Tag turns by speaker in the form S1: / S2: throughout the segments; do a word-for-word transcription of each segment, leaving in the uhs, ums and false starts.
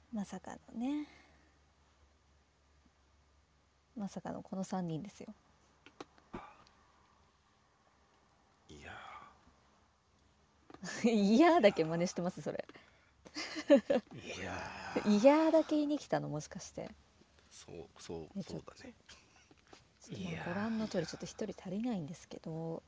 S1: まさかのね、まさかのこのさんにんですよ。
S2: いや
S1: いやーだけ真似してますそれ。
S2: いや
S1: いやーだけ言いに来たのもしかして。
S2: そうそう
S1: ね、ちょっと
S2: そうだね。
S1: ちょっとまあ
S2: いや
S1: ご覧の通りちょっと一人足りないんですけど、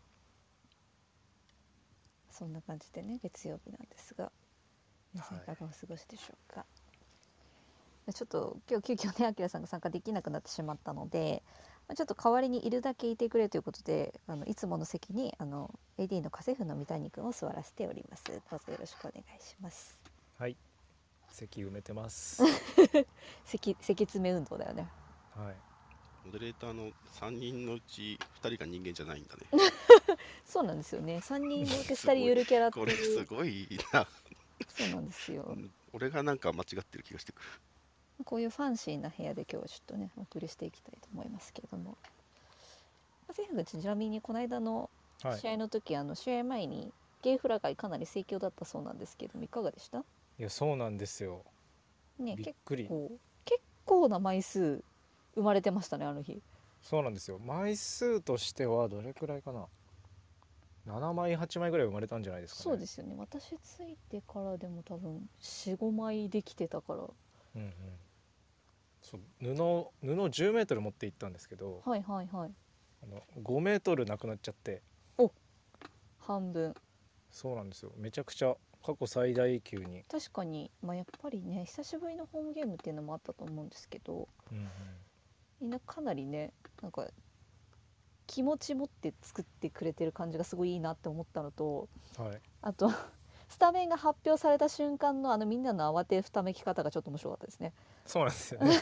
S1: そんな感じでね月曜日なんですが、皆さんいかがお過ごしでしょうか。ちょっと今日急遽ねあきらさんが参加できなくなってしまったので、まあちょっと代わりにいるだけいてくれということで、あのいつもの席にあの エーディー の家政婦の三谷君を座らせております。どうぞよろしくお願いします。
S3: はい、席埋めてます。
S1: 席席詰め運動だよね。
S3: はい。
S2: モデレーターのさんにんのうちふたりが人間じゃないんだね。
S1: そうなんですよね。さんにんのうちふ
S2: すごい
S1: たりゆるキャラって
S2: これ
S1: いう。
S2: すごいな。
S1: そうなんですよ。
S2: 俺がなんか間違ってる気がしてくる。
S1: こういうファンシーな部屋で今日はちょっとねお送りしていきたいと思いますけれども、家政婦がちなみにこの間の
S3: はい。
S1: 試合の時、あの試合前にゲイフラがかなり盛況だったそうなんですけども、いかがでした？
S3: いや、そうなんですよ。
S1: ね、結
S3: びっくり。
S1: 構結構な枚数生まれてましたねあの日。
S3: そうなんですよ。枚数としてはどれくらいかな。ななまいはちまいぐらい生まれたんじゃないですかね。
S1: そうですよね。私ついてからでも多分よん、ごまいできてたから。
S3: うんうん。そう布布じゅうメートル持って行ったんですけど、
S1: はいはいはい。
S3: あのごメートルなくなっちゃって。
S1: お、半分。
S3: そうなんですよ。めちゃくちゃ過去最大級に。
S1: 確かに、まあ、やっぱりね久しぶりのホームゲームっていうのもあったと思うんですけど、
S3: うんうん。
S1: みんなかなりねなんか気持ち持って作ってくれてる感じがすごいいいなって思ったのと、
S3: はい。
S1: あとスタメンが発表された瞬間のあのみんなの慌てふためき方がちょっと面白かったですね。
S3: そうなんですよね。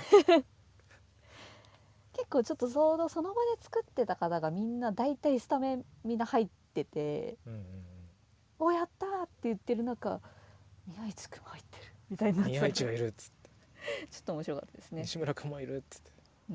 S1: 結構ちょっとそのその場で作ってた方がみんな大体スタメンみんな入ってて
S3: うんうん
S1: 「おやった!」って言ってる中宮市くん入ってるみたいに
S3: うん。
S1: なってたのちょ
S3: 宮市がいるっつって、
S1: っと面白かったですね。
S3: 西村君もいるっつって。
S1: うん、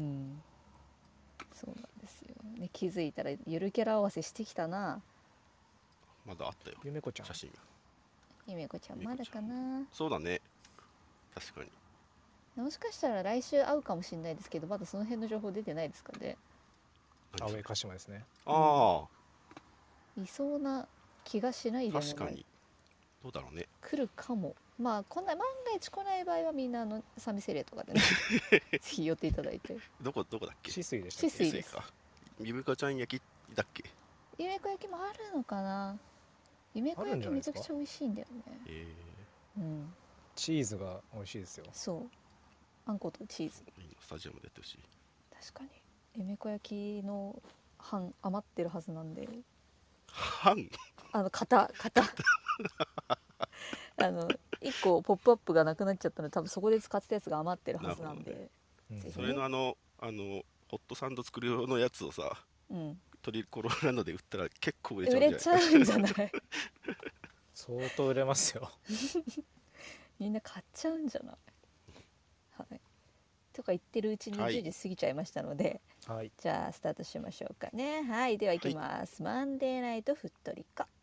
S1: そうなんですよね。気づいたらゆるキャラ合わせしてきたな。
S2: まだあったよ。
S3: ゆめこちゃん。
S2: 写真が。
S1: ゆめこちゃんまだかな。
S2: そうだね。確かに。
S1: もしかしたら来週会うかもしれないですけど、まだその辺の情報出てないですかね。
S3: アウェー鹿島ですね。
S2: あ
S1: いそうな気がしないで
S2: あ、
S1: もない。
S2: 確かに。どうだろうね。
S1: 来るかも。まあこんな万が一来ない場合はみんなあのサミセレとかでねぜひ寄っていただいて。
S2: どこどこだっけ？
S3: 止水でしたっけ。
S1: 止水です。
S2: か。ゆめこちゃん焼きだっけ？
S1: ゆめこ焼きもあるのかな。ゆめこ
S3: あるん
S1: 焼き
S3: じゃないですか。
S1: めちゃくちゃ美味しいんだよね。
S2: え
S1: うん、
S3: チーズが美味しいですよ。
S1: そうあんことチーズ。
S2: ー、いいのスタジアムでやってほしい。
S1: 確かにゆめこ焼きの半余ってるはずなんで、
S2: 半
S1: あの型型あのいっこポップアップがなくなっちゃったので多分そこで使ってたやつが余ってるはずなんで、
S3: うん
S1: ぜひ
S2: それのあのあのホットサンド作る用のやつをさ、
S1: うん、
S2: トリコローランドで売ったら結構売れちゃうんじゃない？
S1: 売れちゃうんじゃない？
S3: 相当売れますよ。
S1: みんな買っちゃうんじゃない？はいとか言ってるうちに
S2: はい
S1: じゅうじ過ぎちゃいましたので、
S3: はい。
S1: じゃあスタートしましょうかね。はいでは行きます、マンデーナイトふっとりか。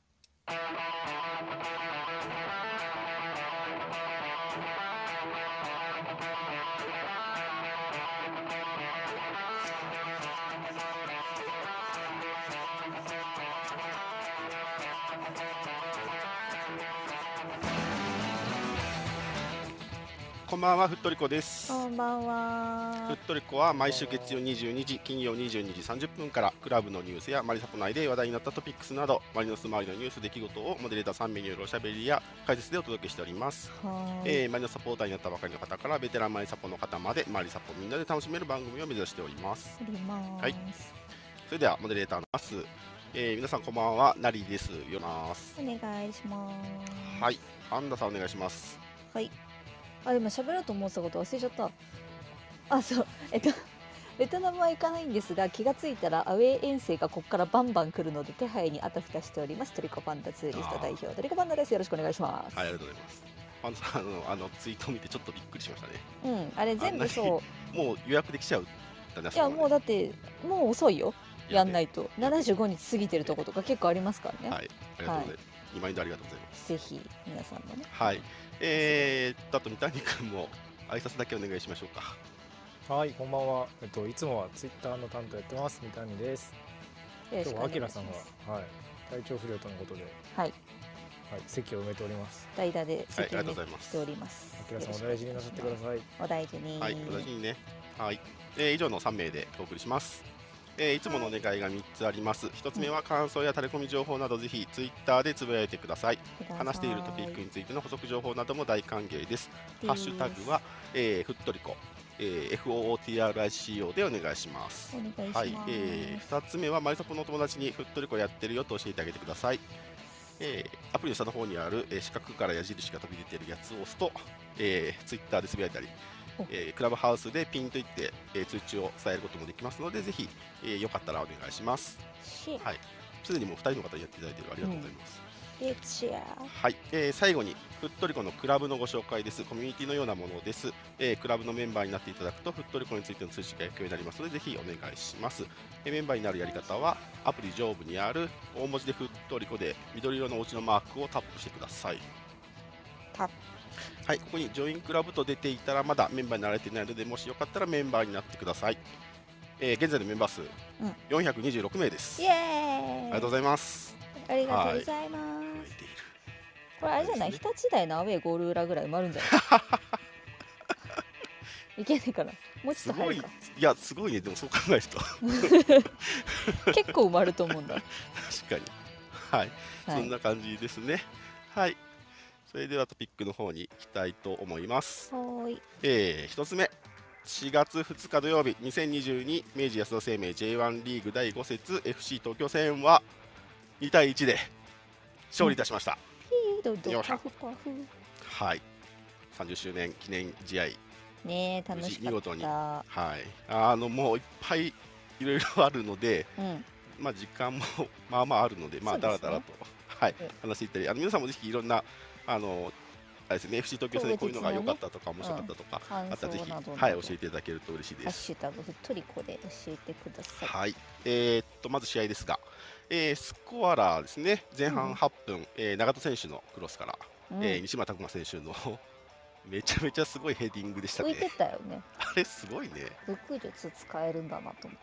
S2: こんばんは、ふっとりこです。
S1: こんばん
S2: ふっ
S1: は。
S2: とりこは毎週月曜にじゅうにじ、金曜にじゅうにじさんじゅっぷんからクラブのニュースやマリサポ内で話題になったトピックスなどマリノス周りのニュース出来事をモデレーターさん名によるおしゃべりや解説でお届けしております。
S1: はーい、
S2: えーマリノスサポーターになったばかりの方からベテランマリサポの方までマリサポみんなで楽しめる番組を目指しております。
S1: あります、
S2: はいそれではモデレーターのマス、えー皆さんこんばんは、ナリです。よなーす。
S1: お願いします。
S2: はい、アンダさんお願いします。
S1: はいあ今喋ろうと思ってたこと忘れちゃった。あそうえっとベトナムは行かないんですが、気がついたらアウェー遠征がここからバンバン来るので手配にあたふたしております。トリコパンダツーリスト代表トリコパンダです。よろしくお願いします。
S2: はい、ありがとうございます。パンダさんのあのツイートを見てちょっとびっくりしましたね。
S1: うんあれ全部そう
S2: もう予約できちゃうだね。
S1: いやもうだってもう遅いよ、やんないいと
S2: や
S1: ななじゅうごにち過ぎてるとことか結構ありますからね。
S2: はい、ありがとうございます。 にまん円でありがとうございます。
S1: ぜひ皆さんもね。
S2: はい。えーっと、あと三谷君も挨拶だけお願いしましょうか。
S3: はい、こんばんは。えっといつもはツイッターの担当やってます三谷です。
S1: よろしく
S3: 今日はあ
S1: お願いします。
S3: きらさんがはい体調不良とのことで、
S1: はい、
S3: はい、席を埋めております。
S1: 代打で
S2: はい、あ
S1: 責
S2: りがとう
S1: 任
S2: ございます。
S1: しております。
S3: あきらさんお大事になさってください。
S1: お大事に。
S2: はい、お大事にね。はい。えー以上のさんめいでお送りします。えーいつものお願いがみっつあります。ひとつめは感想やタレコミ情報などぜひツイッターでつぶやいてください。
S1: ください
S2: 話しているトピックについての補足情報なども大歓迎です。ハッシュタグは、えー、ふっとりこ、えー、エフオーオーティーアールアイシーオー でお願いします。
S1: お願いします。
S2: はい、えー、ふたつめはマリサポのお友達にふっとりこやってるよと教えてあげてください。えーアプリの下の方にある、えー四角から矢印が飛び出ているやつを押すと、えー、ツイッターでつぶやいたり、えークラブハウスでピンといって、えー通知を伝えることもできますので、ぜひ、えーよかったらお願いします。
S1: シ
S2: はい、すでにもうふたりの方にやっていただいている、ありがとうございます。
S1: レッツシェア。
S2: はい、えー最後にふっとりこのクラブのご紹介です。コミュニティのようなものです。えークラブのメンバーになっていただくとふっとりこについての通知が役になりますので、ぜひお願いします。えーメンバーになるやり方はアプリ上部にある大文字でふっとりこで緑色のお家のマークをタップしてください。
S1: タップ。
S2: はい、ここにジョインクラブと出ていたらまだメンバーになられていないので、もしよかったらメンバーになってください。えー現在のメンバー数、よんひゃくにじゅうろくめいです。
S1: イエーイ。
S2: ありがとうございます。
S1: ありがとうございます。
S2: 増えている。
S1: これあれじゃない、日立大のアウェーゴール裏ぐらい埋まるんじゃないいけねえかな、もうち
S2: すごい、
S1: ょっと入るか。
S2: いや、すごいね、でもそう考えると
S1: 結構埋まると思うんだ。
S2: 確かに。はい、
S1: はい、
S2: そんな感じですね。はい。それではトピックの方に行きたいと思います。
S1: はーい。
S2: えー、ひとつめ。しがつふつか土曜日、にせんにじゅうに明治安田生命 ジェイワン リーグだいご節 エフシー 東京戦はにたいいちで勝利いたしました。
S1: ピードド
S2: よっしゃ
S1: パフパフ。
S2: はい。さんじゅっしゅうねん記念試合。
S1: ねえ、楽しかった。
S2: 無事見事にはい。あのもういっぱいいろいろあるので、
S1: うん。
S2: まあ時間もまあまああるので、まあだらだらと、はい
S1: うん、
S2: 話していったり、あの皆さんもぜひいろんなあのあれですね、エフシー 東京戦でこういうのが良かったとか面白かったとか、あったらぜひはい教えていただけると嬉しい
S1: ハッ
S2: です。
S1: シュタグふっとりこで教えてください。
S2: はい。えーっとまず試合ですが、えースコアラーですね。前半はっぷん、えー長門選手のクロスから、
S1: うん、
S2: えー西村拓真選手のめちゃめちゃすごいヘディングでしたね。
S1: 浮いてたよね。
S2: あれすごいね。
S1: 武術使えるんだなと思った。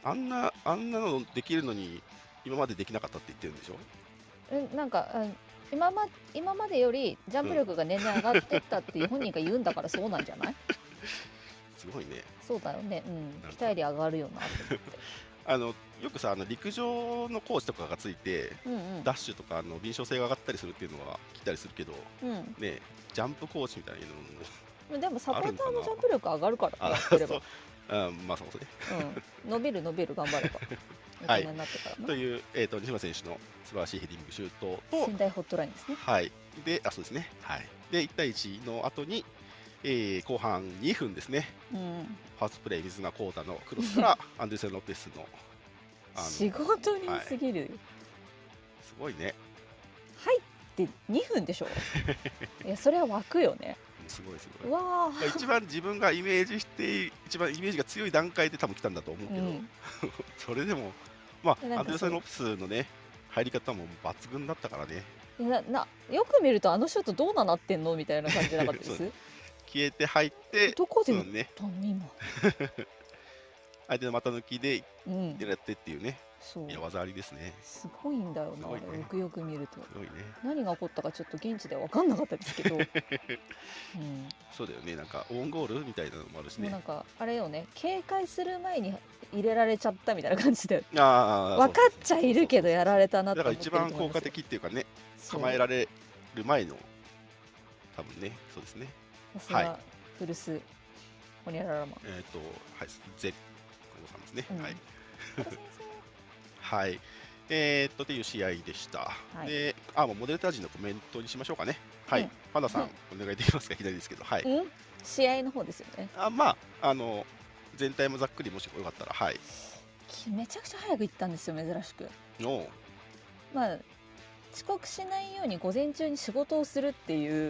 S2: あんなあんなのできるのに今までできなかったって言ってるんでしょ。
S1: え、なんか、うん、今ま今までよりジャンプ力が年々上がってったっていう本人が言うんだからそうなんじゃない？
S2: すごいね。
S1: そうだよね。うん。期待値上がるよなと思って。
S2: あのよくさあの陸上のコーチとかがついて、
S1: うんうん。
S2: ダッシュとかあの敏捷性が上がったりするっていうのは聞いたりするけど、
S1: うん
S2: ねジャンプコーチみたいなのも
S1: でもサポーター
S2: あるのかな
S1: のジャンプ力上がるから
S2: あ
S1: やってれば
S2: そうあまあそうですね。
S1: うん、伸びる伸びる頑張れば
S2: はい
S1: 大人になってから
S2: と
S1: ね。
S2: いう、えー、と西村選手の素晴らしいヘディングシュートと、
S1: 仙台ホットラインですね。
S2: はい、であそうですね、はい、でいち対いちの後に、えー後半にふんですね、
S1: うん、
S2: ファーストプレー水沼宏太のクロスからアンデルセン・ロペスのあの
S1: 仕事にすぎるよ、
S2: すごいね、
S1: はいってにふんでしょいやそれは湧くよね。
S2: すごいすごい。
S1: うわー
S2: 一番自分がイメージして一番イメージが強い段階で多分来たんだと思うけど、
S1: うん
S2: それでもまあ
S1: なんか
S2: アンデルセン・ロペスのね入り方も抜群だったからね、
S1: ななよく見るとあのシュートどうななってんのみたいな感じじゃなかったです
S2: 消えて入って
S1: どこで打っ
S2: そのね
S1: たの今。
S2: 相手の股抜きで
S1: うん
S2: 狙ってっていうね、
S1: そう
S2: いや技ありですね。
S1: すごいんだよな、
S2: すごいね
S1: あれよくよく見ると
S2: すごいね。
S1: 何が起こったかちょっと現地では分かんなかったですけど、うん、
S2: そうだよね。なんかオウンゴールみたいなのもあるしね
S1: もうなん。かあれよね、警戒する前に入れられちゃったみたいな感じで
S2: ああ、
S1: 分かっちゃいるけどやられたなって
S2: だから一
S1: 思ってると思いますよ。
S2: 番効果的っていうかね、
S1: そう
S2: 構えられる前の多分ね、そうですね。
S1: さすが古巣ホニャララマン。
S2: えっ、とはい、ゼさんですね。
S1: うん
S2: はい。
S1: これ先
S2: はい。えー、っとっていう試合でした。
S1: はい
S2: で、あもうモデルター陣のコメントにしましょうかね。はい。
S1: うん
S2: パンダさん、お願いできますか。左ですけど、はい。
S1: 生うん試合の方ですよね。
S2: あまああの全体もざっくりもしよかったら、はい。
S1: きめちゃくちゃ早く行ったんですよ、珍しく。
S2: お
S1: まあ遅刻しないように午前中に仕事をするっていう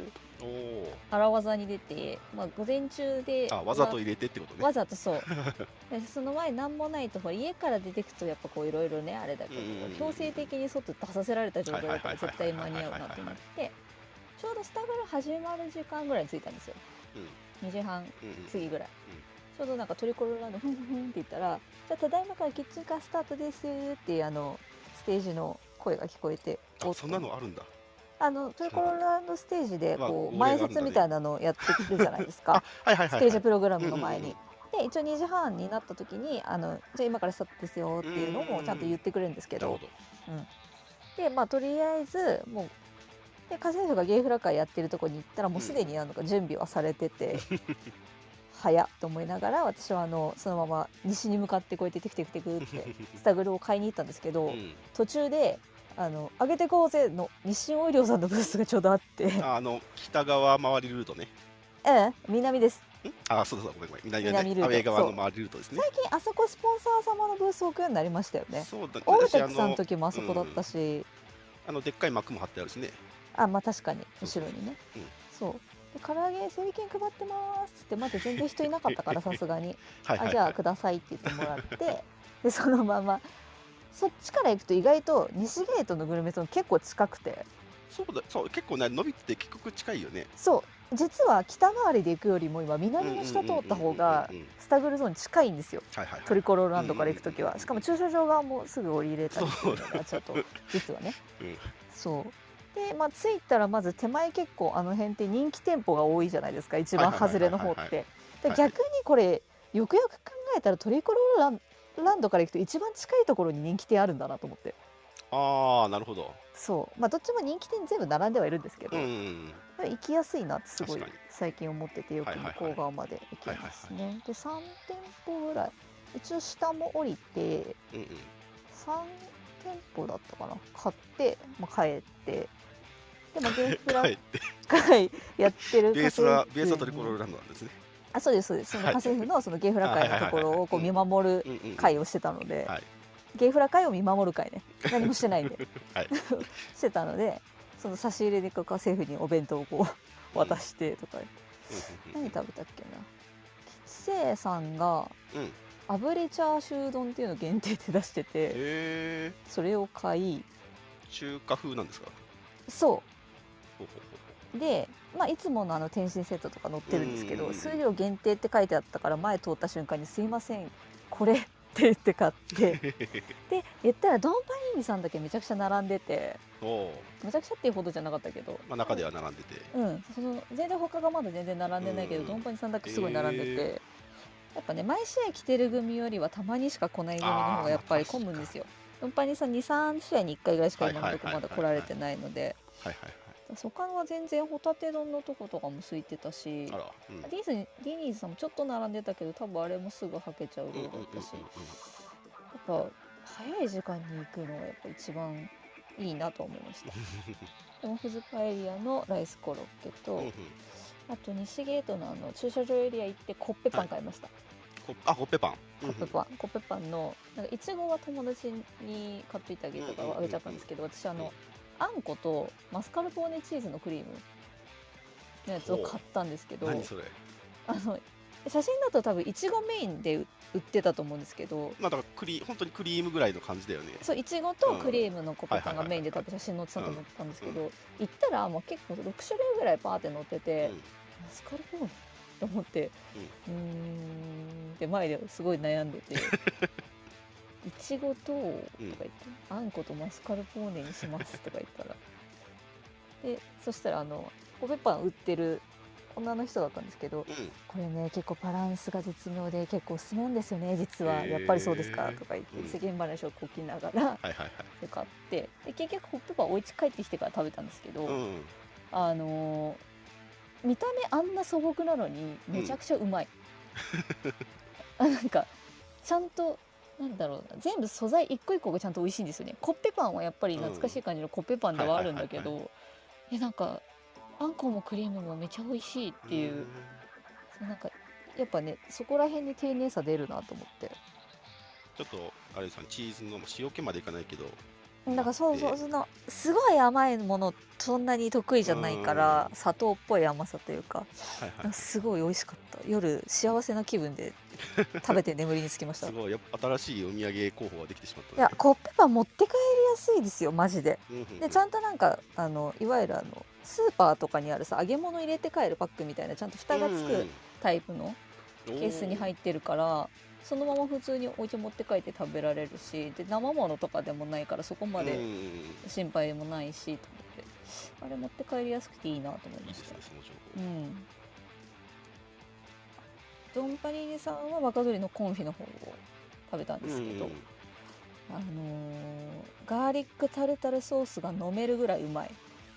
S2: おお。
S1: 荒技に出て、まあ、午前中で
S2: あ、わざと入れてってことね。
S1: わざとそうでその前何もないとほら家から出てくとやっぱこういろいろねあれだけど、
S2: うんうんうん
S1: 強制的に外出させられた状態だったら絶対間に合うなと思ってちょうどスタグル始まる時間ぐらいに着いたんですよ。
S2: うん
S1: にじはん
S2: うんうん
S1: 過ぎぐらい、ちょうどなんかトリコローランドふんふんふんって言ったら「じゃあただいまからキッチンカースタートです」っていうあのステージの声が聞こえて、
S2: あ、そんなのあるんだ。
S1: あのトリコローランドステージで
S2: まあ
S1: こう
S2: 号令があるんだね
S1: 前説みたいなのをやってくるじゃないですか
S2: あ、はいはいはいはい。
S1: ステージプログラムの前に
S2: うんうん。
S1: で一応にじはんになった時にあのじゃあ今からスタートですよっていうのもちゃんと言ってくれるんですけど、
S2: なるほど。
S1: でまあとりあえずもうで家政婦がゲイフラ会やってるとこに行ったらもうすでになんか準備はされてて、早っと思いながら私はあのそのまま西に向かってこうやってテクテクテクってスタグルを買いに行ったんですけど、
S2: うん
S1: 途中であの上げてこうぜの日清オイリオさんのブースがちょうどあって
S2: ああの北側回りルートね。
S1: ええ南です。
S2: んあ、そうそうごめんごめん。南だね。
S1: 南ルート
S2: アウェー側の回りルートですね。
S1: 最近あそこスポンサー様のブースを置くようになりましたよね。
S2: そうだね。
S1: オールテ
S2: 私あ
S1: ックさんの
S2: の
S1: 時もあそこだったし、
S2: あのでっかい幕も張ってあるしね。
S1: あまあ確かに後ろにね、
S2: うん
S1: そうで唐揚げ整理券配ってますってまだ全然人いなかったからさすがに
S2: はいはいはい。
S1: あじゃあくださいって言ってもらってでそのままそっちから行くと意外と西ゲートのグルメゾーン結構近くて、
S2: そうだそう結構ね伸びて結局近いよね。
S1: そう実は北回りで行くよりも今南の下通った方が
S2: うんうんうんうんうん
S1: スタグルゾーンに近いんですよ。
S2: はいはいはい。
S1: トリコローランドから行くとき
S2: うんうんうんうん
S1: はしかも駐車場側もすぐ降りれたりするの
S2: そう
S1: がちょっと実はね
S2: うん
S1: そうでまあ着いたらまず手前結構あの辺って人気店舗が多いじゃないですか一番外れの方っ
S2: はいはい
S1: て。で
S2: はい
S1: 逆にこれよくよく考えたらトリコローランランドから行くと一番近いところに人気店あるんだなと思って、
S2: ああなるほど。
S1: そうまあどっちも人気店全部並んではいるんですけど、
S2: うんうんうん。
S1: でも行きやすいなってすごい
S2: 確かに
S1: 最近思っててよく向こう側まで行きますね。でさん店舗ぐらい一応下も降りて
S2: うんうん。
S1: さん店舗だったかな買って、まあ、帰ってでもゲーフラ
S2: 帰って
S1: 会やってる
S2: ベースは
S1: 家政婦
S2: ベースはトリコロールランドなんですね。
S1: あそうですそうですその
S2: はい
S1: 家政婦のそのゲーフラ会のところをこう見守る
S2: うんうんうん。
S1: 会をしてたので、
S2: はい
S1: ゲーフラ会を見守る会ね何もしてないんで、
S2: はい
S1: してたのでその差し入れでこう家政婦にお弁当をこう渡してとか、何食べたっけな吉星さんが
S2: うんうん。
S1: 炙りチャーシュー丼っていうのを限定で出してて
S2: へえ。
S1: それを買い
S2: 中華風なんですか。
S1: そ
S2: ほうほうほ
S1: うで、まあ、いつものあの天津セットとか載ってるんですけ
S2: うんうんうん
S1: ど数量限定って書いてあったから前通った瞬間に「すいませんこれ」って言って買ってで言ったらドンパニーニさんだけめちゃくちゃ並んでて
S2: う。おお。
S1: めちゃくちゃっていうほどじゃなかったけど、
S2: まあ中では並んでて。
S1: うん、その全然他がまだ全然並んでないけど、
S2: うん
S1: ドンパニさんだけすごい並んでて、
S2: へ
S1: やっぱね毎試合来てる組よりはたまにしか来ない組の方がやっぱり混むんですよ。ドンパニさんにさん試合にいっかいぐらいしか今のとこまだ来られてないので、
S2: はいはいはい。
S1: 他のは全然ホタテ丼のとことかも空いてたし、
S2: あら。うん。
S1: ディーズディニーズさんもちょっと並んでたけど多分あれもすぐはけちゃう量だ
S2: うんうんうんうん
S1: ったし、やっぱ早い時間に行くのがやっぱ一番いいなと思いました。でもフズパエリアのライスコロッケと、
S2: うんうん。
S1: あと西ゲートのあの駐車場エリア行ってコッペパン買いました。
S2: こあコッペパン。
S1: コッペパン、コッペパンのなんかいちごは友達に買っといてあげたからあげちゃったんですけど、私あのあんことマスカルポーネチーズのクリームのやつを買ったんですけど、
S2: 何それ。
S1: あの写真だと多分いちごメインで売売ってたと思うんですけど、
S2: まあだからクリ本当にクリームぐらいの感じだよね。
S1: そういちごとクリームのコッペパンが
S2: うん
S1: メインで多分写真載ってたと思ったんですけど、行ったらもう結構ろく種類ぐらいパーって載ってて、
S2: うん
S1: マスカルポーネと思って、うーんで前ですごい悩んでていちごととか言って、あんことマスカルポーネにしますとか言ったらでそしたらあのコッペパン売ってる女の人だったんですけど、
S2: うん
S1: これね結構バランスが絶妙で結構おすすめなんですよね実は、
S2: へー
S1: やっぱりそうですかとか言って、
S2: うん
S1: 世間話をこきながら
S2: はいはいはい。
S1: で買ってで結局コッペパンお家帰ってきてから食べたんですけど、
S2: うん。
S1: あのー見た目あんな素朴なのにめちゃくちゃうまい、あなんかちゃんとなんだろうな全部素材一個一個がちゃんと美味しいんですよね。コッペパンはやっぱり懐かしい感じのコッペパンではあるんだけ
S2: はいはい
S1: ど、えなんかあんこもクリームもめちゃ美味しいっていう、
S2: ん
S1: そうなんかやっぱねそこら辺に丁寧さ出るなと思って。
S2: ちょっとあれですかねチーズの塩気までいかないけど
S1: だからそうそう、そのすごい甘いものそんなに得意じゃないから
S2: うん
S1: 砂糖っぽい甘さというか、
S2: はいはいはい、
S1: すごい美味しかった。夜幸せな気分で食べて眠りにつきました
S2: す
S1: い
S2: ごいやっぱ新しいお土産候補ができてしまったね。
S1: やコッペパン持って帰りやすいですよマジで。
S2: うんうんうん
S1: でちゃんとなんかあのいわゆるあのスーパーとかにあるさ揚げ物入れて帰るパックみたいなちゃんと蓋がつくタイプの
S2: うんうん
S1: ケースに入ってるからそのまま普通にお家持って帰って食べられるしで生ものとかでもないからそこまで
S2: うんうんうん
S1: 心配もないしと思ってあれ持って帰りやすくていいなと思い
S2: いいです
S1: ました
S2: ねその情報。
S1: うんドンパリーニさんは若鶏のコンフィの方を食べたんですけど、
S2: うんうん
S1: あのーガーリックタルタルソースが飲めるぐらいうまい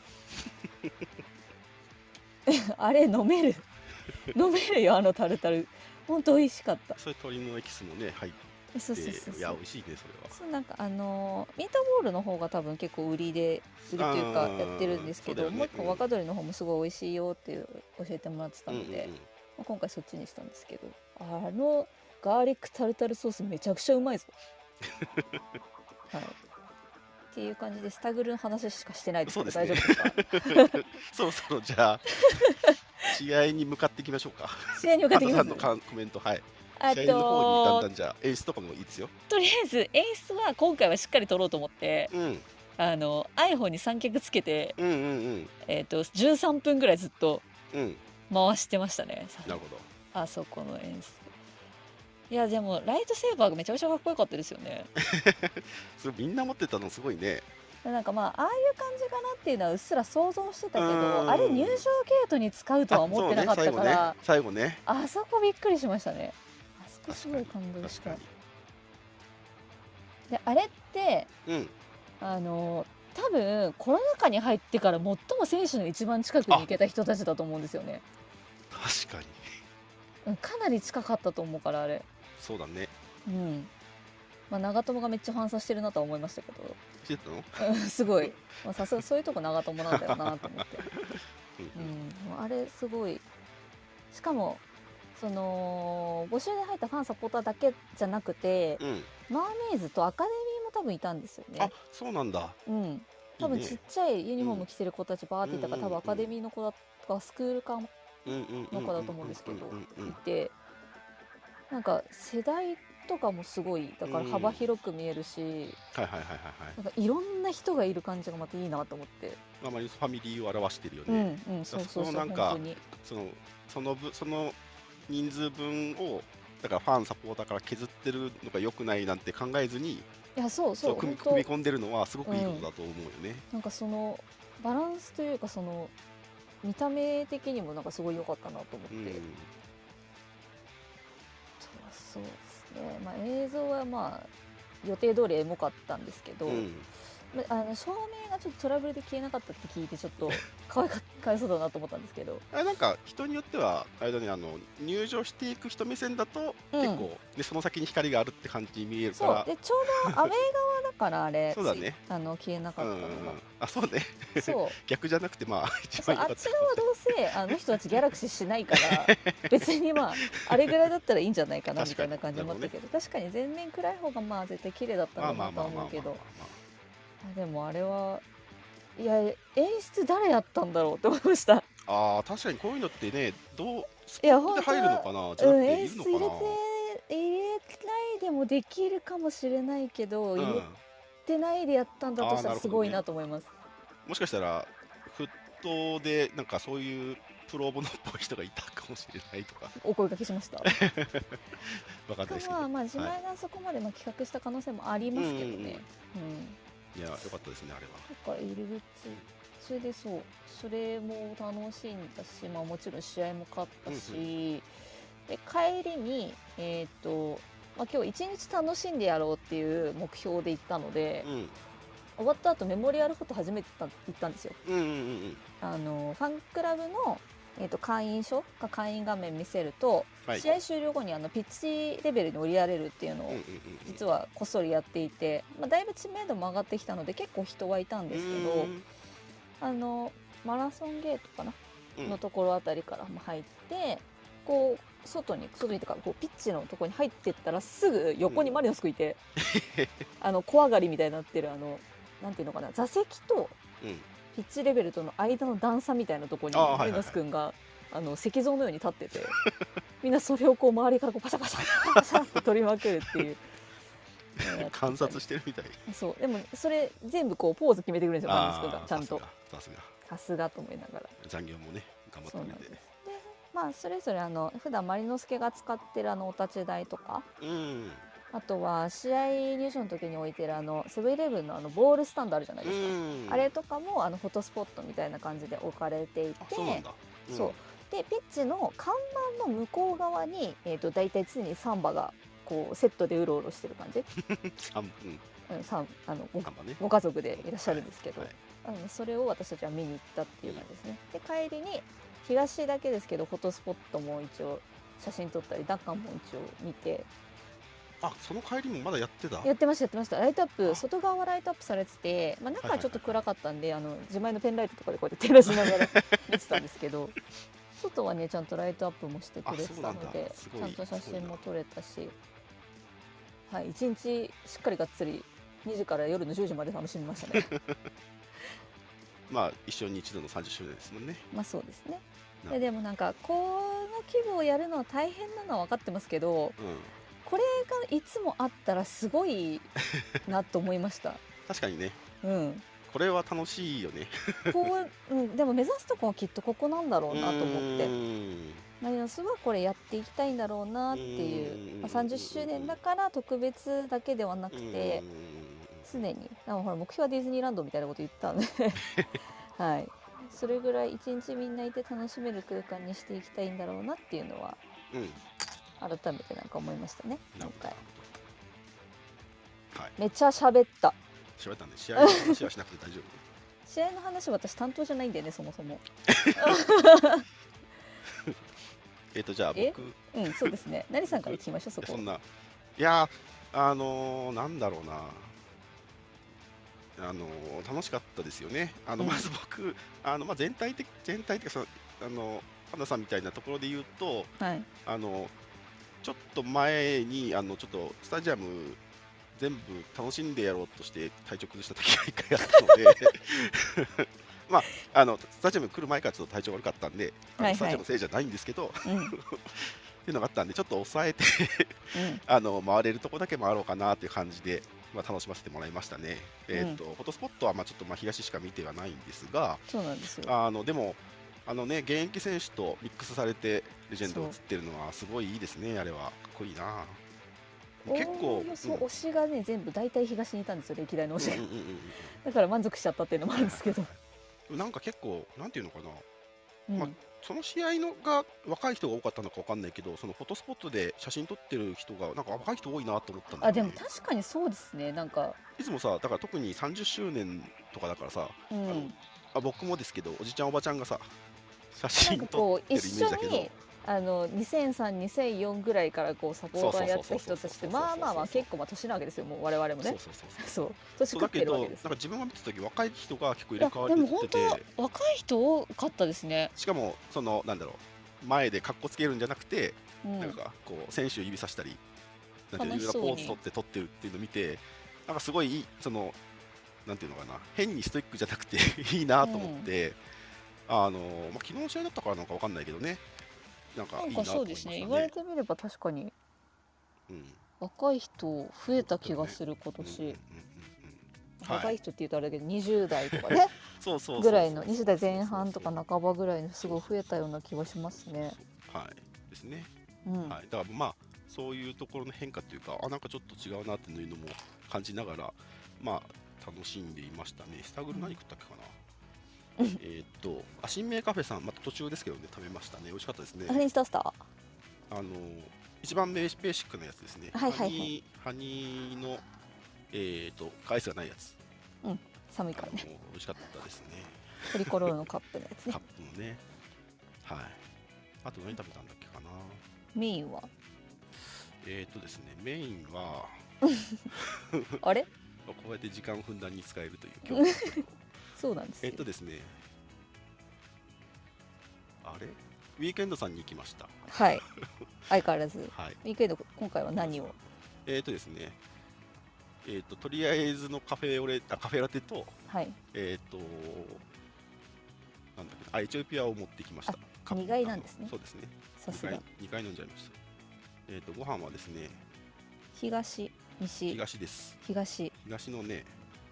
S1: あれ飲める飲めるよあのタルタルほんと美味しかった。
S2: それ鶏のエキスもね入って
S1: そうそうそうそう
S2: いや美味しいねそれは。
S1: そうなんかあのーミートボールの方が多分結構売りで売りというか
S2: あー
S1: やってるんですけど、
S2: そうだよね
S1: もう一個
S2: うん
S1: 若鶏の方もすごい美味しいよっていう教えてもらってたので、
S2: うんうんうん
S1: まあ、今回そっちにしたんですけどあのガーリックタルタルソースめちゃくちゃうまいぞはいっていう感じでスタグルの話しかしてないですけど
S2: そうですね
S1: 大丈夫ですか
S2: そろそろじゃあ試合に向かっていきましょうか。
S1: 試合に向かってきます
S2: ハトさんのコメント、はい。
S1: あ
S2: 試合の方にだんだ
S1: と
S2: んじゃあ演出とかもいいですよ。
S1: とりあえず演出は今回はしっかり撮ろうと思って
S2: うん
S1: あの iPhone に三脚つけて、
S2: うんうんうん
S1: えー、とじゅうさんぷんぐらいずっと
S2: うん
S1: 回してましたね
S2: なるほど。
S1: あそこの演出いやでもライトセーバーがめちゃめちゃかっこよかったですよね
S2: それみんな持ってたのすごいね。
S1: なんかまあああいう感じかなっていうのはうっすら想像してたけ
S2: う
S1: ど
S2: ん
S1: あれ入場ゲートに使うとは思ってなかったから
S2: あそうね最後ね最後ね。
S1: あそこびっくりしましたねあそこすごい
S2: 確かに
S1: 感動した
S2: 確か
S1: であれって
S2: に。うん
S1: あの多分コロナ禍に入ってから最も選手の一番近くに行けた人たちだと思うんですよね
S2: 確かに
S1: うんかなり近かったと思うからあれ
S2: そうだね。
S1: うんまあ長友がめっちゃファンサしてるなとは思いましたけど
S2: してたの？
S1: うんすごい、まあ、さすがそういうとこ長友なんだよなと思って、
S2: うん
S1: うん、あれすごいしかもその募集で入ったファンサポーターだけじゃなくて
S2: うん。
S1: マーメイズとアカデミーも多分いたんですよ
S2: あ
S1: ね、
S2: そうなんだ。
S1: うん、多分
S2: いいね
S1: ちっちゃいユニフォーム着てる子たちバーっていたから、
S2: うん
S1: 多分アカデミーの子だとかスクールか
S2: うんうんうん
S1: の子だと思うんですけど
S2: うんうんうん
S1: いてなんか世代とかもすごいだから幅広く見えるし、
S2: はいはいはいはいはい。
S1: なんかいろんな人がいる感じがまたいいなと思って、
S2: あまりファミリーを表してるよ
S1: うん
S2: ね。
S1: うんそうそうそう
S2: そのなんか
S1: 本当に
S2: そのその分その人数分をだからファンサポーターから削ってるのが良くないなんて考えずに
S1: いやそう
S2: そ
S1: そうう本当
S2: 組み組み込んでるのはすごくいいことだと思うよね。
S1: なんかそのバランスというかその見た目的にもなんかすごい良かったなと思って、
S2: うん
S1: そうそうですねまあ映像はまあ予定通りエモかったんですけど、
S2: うん
S1: まあの照明がちょっとトラブルで消えなかったって聞いてちょっとかわいかかわいそうだなと思ったんですけど
S2: あれなんか人によってはあれだねあの入場していく人目線だと
S1: うん
S2: 結構、でその先に光があるって感じに見えるか
S1: そう
S2: ら
S1: でちょうどアウェー側だからあれ
S2: そうだね
S1: あの消えなかったのが、
S2: あそうね
S1: そう
S2: 逆じゃなくてまあ一
S1: そうあっ
S2: 番良かった
S1: ち側はどうせあの人たちギャラクシーしないから別にまああれぐらいだったらいいんじゃないかなみたいな感じもあったけど確かに全面暗い方がまあ絶対綺麗だった
S2: まあ
S1: ろうなと
S2: まあまあまあまあ
S1: は思うけど
S2: ま
S1: あでもあれはいや演出誰やったんだろうって思いました
S2: ああー確かにこういうのってねどうス
S1: いや
S2: ポットで入るのかなじゃなくてい
S1: うん演
S2: るのかな
S1: 出入れて入れないでもできるかもしれないけど、
S2: うん
S1: 入れてないでやったんだとした
S2: あーなるほどね
S1: らすごいなと思います、
S2: もしかしたらフットでなんかそういうプロボノっぽい人がいたかもしれないとか
S1: お声掛けしました
S2: わかんないですけど、
S1: まあまあ自前がそこまでまあ企画した可能性もありますけどね、
S2: うんうんうん
S1: うん
S2: いやよかったですねあれは。
S1: なんか入り口それでそうそれも楽しんだし、まあ、もちろん試合も勝ったし、
S2: うん
S1: で帰りにえーっと、まあ、今日一日楽しんでやろうっていう目標で行ったので、
S2: うん
S1: 終わった後メモリアルフォト初めて行った行ったんですよ。
S2: うんうんうん
S1: あのファンクラブの、えーっと会員証か会員画面見せると、
S2: はい
S1: 試合終了後にあのピッチレベルに降りられるっていうのを
S2: うんうんうん
S1: 実はこっそりやっていて、まあ、だいぶ知名度も上がってきたので結構人はいたんですけど、
S2: うん
S1: あのマラソンゲートかな、
S2: うん
S1: のところあたりからも入ってこう外に外にとかこうピッチのところに入ってったらすぐ横にマリノスクいて、あの小上がりみたいになってるあのなんていうのかな、座席と
S2: うん
S1: ピッチレベルとの間の段差みたいなところに
S2: あーはいはいはい
S1: レノス君があの石像のように立っててみんなそれをこう周りからこうパシャパシャパシャパシャって取り分けるっていうのをやってたり
S2: 観察してるみたい。
S1: そうでもそれ全部こうポーズ決めてくれるんですよレノス君が
S2: あー
S1: ちゃんと
S2: さすがさ
S1: さすがと思いながら。
S2: すが残業もね頑張ってくれて。
S1: そうなんですでまあそれぞれあの普段マリノスケが使ってるあのお立ち台とか
S2: うん
S1: あとは試合入場の時に置いてるあのセブンイレブンのあのボールスタンドあるじゃないですか、
S2: うん
S1: あれとかもあのフォトスポットみたいな感じで置かれていて
S2: あそうなんだ。ん
S1: そうでピッチの看板の向こう側に、えー、と大体常にサンバがこうセットでうろうろしてる感じ、
S2: 三分
S1: うん、さんあのご
S2: 看板ね。
S1: ご家族でいらっしゃるんですけど、
S2: はい
S1: あのそれを私たちは見に行ったっていう感じですね。で帰りに東だけですけどフォトスポットも一応写真撮ったりダッカンも一応見て
S2: あその帰りもまだやってた。
S1: やってましたやってましたライトアップ
S2: あ
S1: 外側はライトアップされてて、まあ、中はちょっと
S2: はいはいはい
S1: 暗かったんで、あの自前のペンライトとかでこうやって照らしながら見てたんですけど外はねちゃんとライトアップもしてくれて
S2: あそうなんだ
S1: たのです
S2: ごい
S1: ちゃんと写真も撮れたし、はい一日しっかりがっつりにじから夜のじゅうじまで楽しみましたね
S2: まあ一生に一度のさんじゅっしゅうねんですもんね。
S1: まあそうですね
S2: な
S1: ででもなんかこの規模をやるのは大変なのは分かってますけど
S2: うん
S1: これがいつもあったらすごいなと思いました
S2: 確かにね
S1: うん
S2: これは楽しいよね。
S1: こう、うん、でも目指すとこはきっとここなんだろうなと思って
S2: うん
S1: マリノスはこれやっていきたいんだろうなっていう
S2: うん
S1: まあ、さんじゅっしゅうねんだから特別だけではなくて常になんかほら目標はディズニーランドみたいなこと言ったんではいそれぐらい一日みんないて楽しめる空間にしていきたいんだろうなっていうのは
S2: うん
S1: 改めてなんか思いましたね
S2: なるほど
S1: 今回
S2: はい
S1: めっちゃ喋った
S2: 喋ったんで試合の話はしなくて大丈夫。
S1: 試合の話私担当じゃないんだよねそもそも
S2: えっとじゃあ
S1: え
S2: 僕
S1: うんそうですね成さんから聞きましょうそこ
S2: そんないやーあのー、なんだろうなあのー楽しかったですよね。あの
S1: うん
S2: まず僕あのまあ全体的全体的そのあのパンダさんみたいなところで言うと
S1: はい
S2: あのちょっと前にあのちょっとスタジアム全部楽しんでやろうとして体調崩した時がいっかいあったのでまああのスタジアム来る前からちょっと体調悪かったんで、あの
S1: はいはい
S2: スタジアムのせいじゃないんですけど
S1: うんうん
S2: っていうのがあったんでちょっと抑えてあの回れるとこだけ回ろうかなっていう感じで、まあ、楽しませてもらいましたね。えーとフォトスポットはまあちょっとまあ東しか見てはないんですが
S1: そうなんですよ
S2: あのでもあのね現役選手とミックスされてレジェンドが映ってるのはすごいいいですね。あれはかっこいいな。結構
S1: おおよそ推しがね全部大体東にいたんですよ歴代の推しが
S2: うんうんうんうん
S1: だから満足しちゃったっていうのもあるんですけど、
S2: うんなんか結構なんていうのかな
S1: うん
S2: まあその試合のが若い人が多かったのかわかんないけどそのフォトスポットで写真撮ってる人がなんか若い人多いなと思ったんだよね。
S1: あでも確かにそうですねなんか
S2: いつもさだから特にさんじゅっしゅうねんとかだからさ
S1: う
S2: あの
S1: ん
S2: あ僕もですけどおじちゃんおばちゃんがさ写
S1: なん
S2: 真
S1: か
S2: 撮ってるイ
S1: こう一緒
S2: メージだけど
S1: にあのにせんさん、にせんよんぐらいからこうサポーターやった人たちってまあまあまあ結構まあ年なわけですよもう我々もね
S2: そうそうそうそう
S1: そう年食って
S2: そうだけど
S1: るわけです
S2: なんか自分が見てた時若い人が結構入
S1: いや
S2: れ替わり
S1: でも本
S2: ってて
S1: 当若い人多かったですね
S2: しかもそのなんだろう前でカッコつけるんじゃなくて、
S1: うん
S2: なんかこう選手を指さしたりなんていうのい
S1: 楽しそうに
S2: ろんなポーズ取って撮ってるっていうのを見てなんかすごいいいそのなんていうのかな変にストイックじゃなくていいなと思って、あのまあ、昨日の試合だったからなんかわかんないけどねなんか
S1: ないんか
S2: いなと思いましたね。
S1: そうですね言われてみれば確かに
S2: うん
S1: 若い人増えた気がする今年、
S2: うんうんうんうんはい
S1: 若い人って言うとあれだけどにじゅう代とかね
S2: そうそうそうそう
S1: ぐらいのにじゅう代前半とか半ばぐらいのすごい増えたような気がしますね。
S2: はいですね。
S1: うん、
S2: はい、だからまあそういうところの変化というかあなんかちょっと違うなっていうのも感じながらまあ楽しんでいましたね。スタグル何食ったっけかな、
S1: うん
S2: えーっとあ新名カフェさんまた途中ですけどね食べましたね。美味しかったですね。
S1: ハニートースター
S2: あの一番ベーシベーシックなやつですね。
S1: はいはいはい
S2: ハニーハニーのえーっとアイスがないやつ。
S1: 寒いからね
S2: あの美味しかったですね。
S1: トリコロールのカップのやつね
S2: カップのね。はい。あと何食べたんだっけかな。
S1: メインは
S2: えーっとですねメインは
S1: あれ
S2: こうやって時間をふんだんに使えるという今日の
S1: そうなんですよ
S2: えっとですねあれウィークエンドさんに行きました。
S1: はい相変わらず
S2: はい。
S1: ウィークエンド今回は何を
S2: えっとですねえっ、ととりあえずのカフェオレあカフェラテと
S1: はい。
S2: えっ、となんだっけなあエチオピアを持ってきました。カップ
S1: 苦いなんですね
S2: あのそうですね。
S1: さすが。
S2: にかい飲んじゃいました。えっ、とご飯はですね
S1: 東、西、
S2: 東です。
S1: 東。
S2: 東のね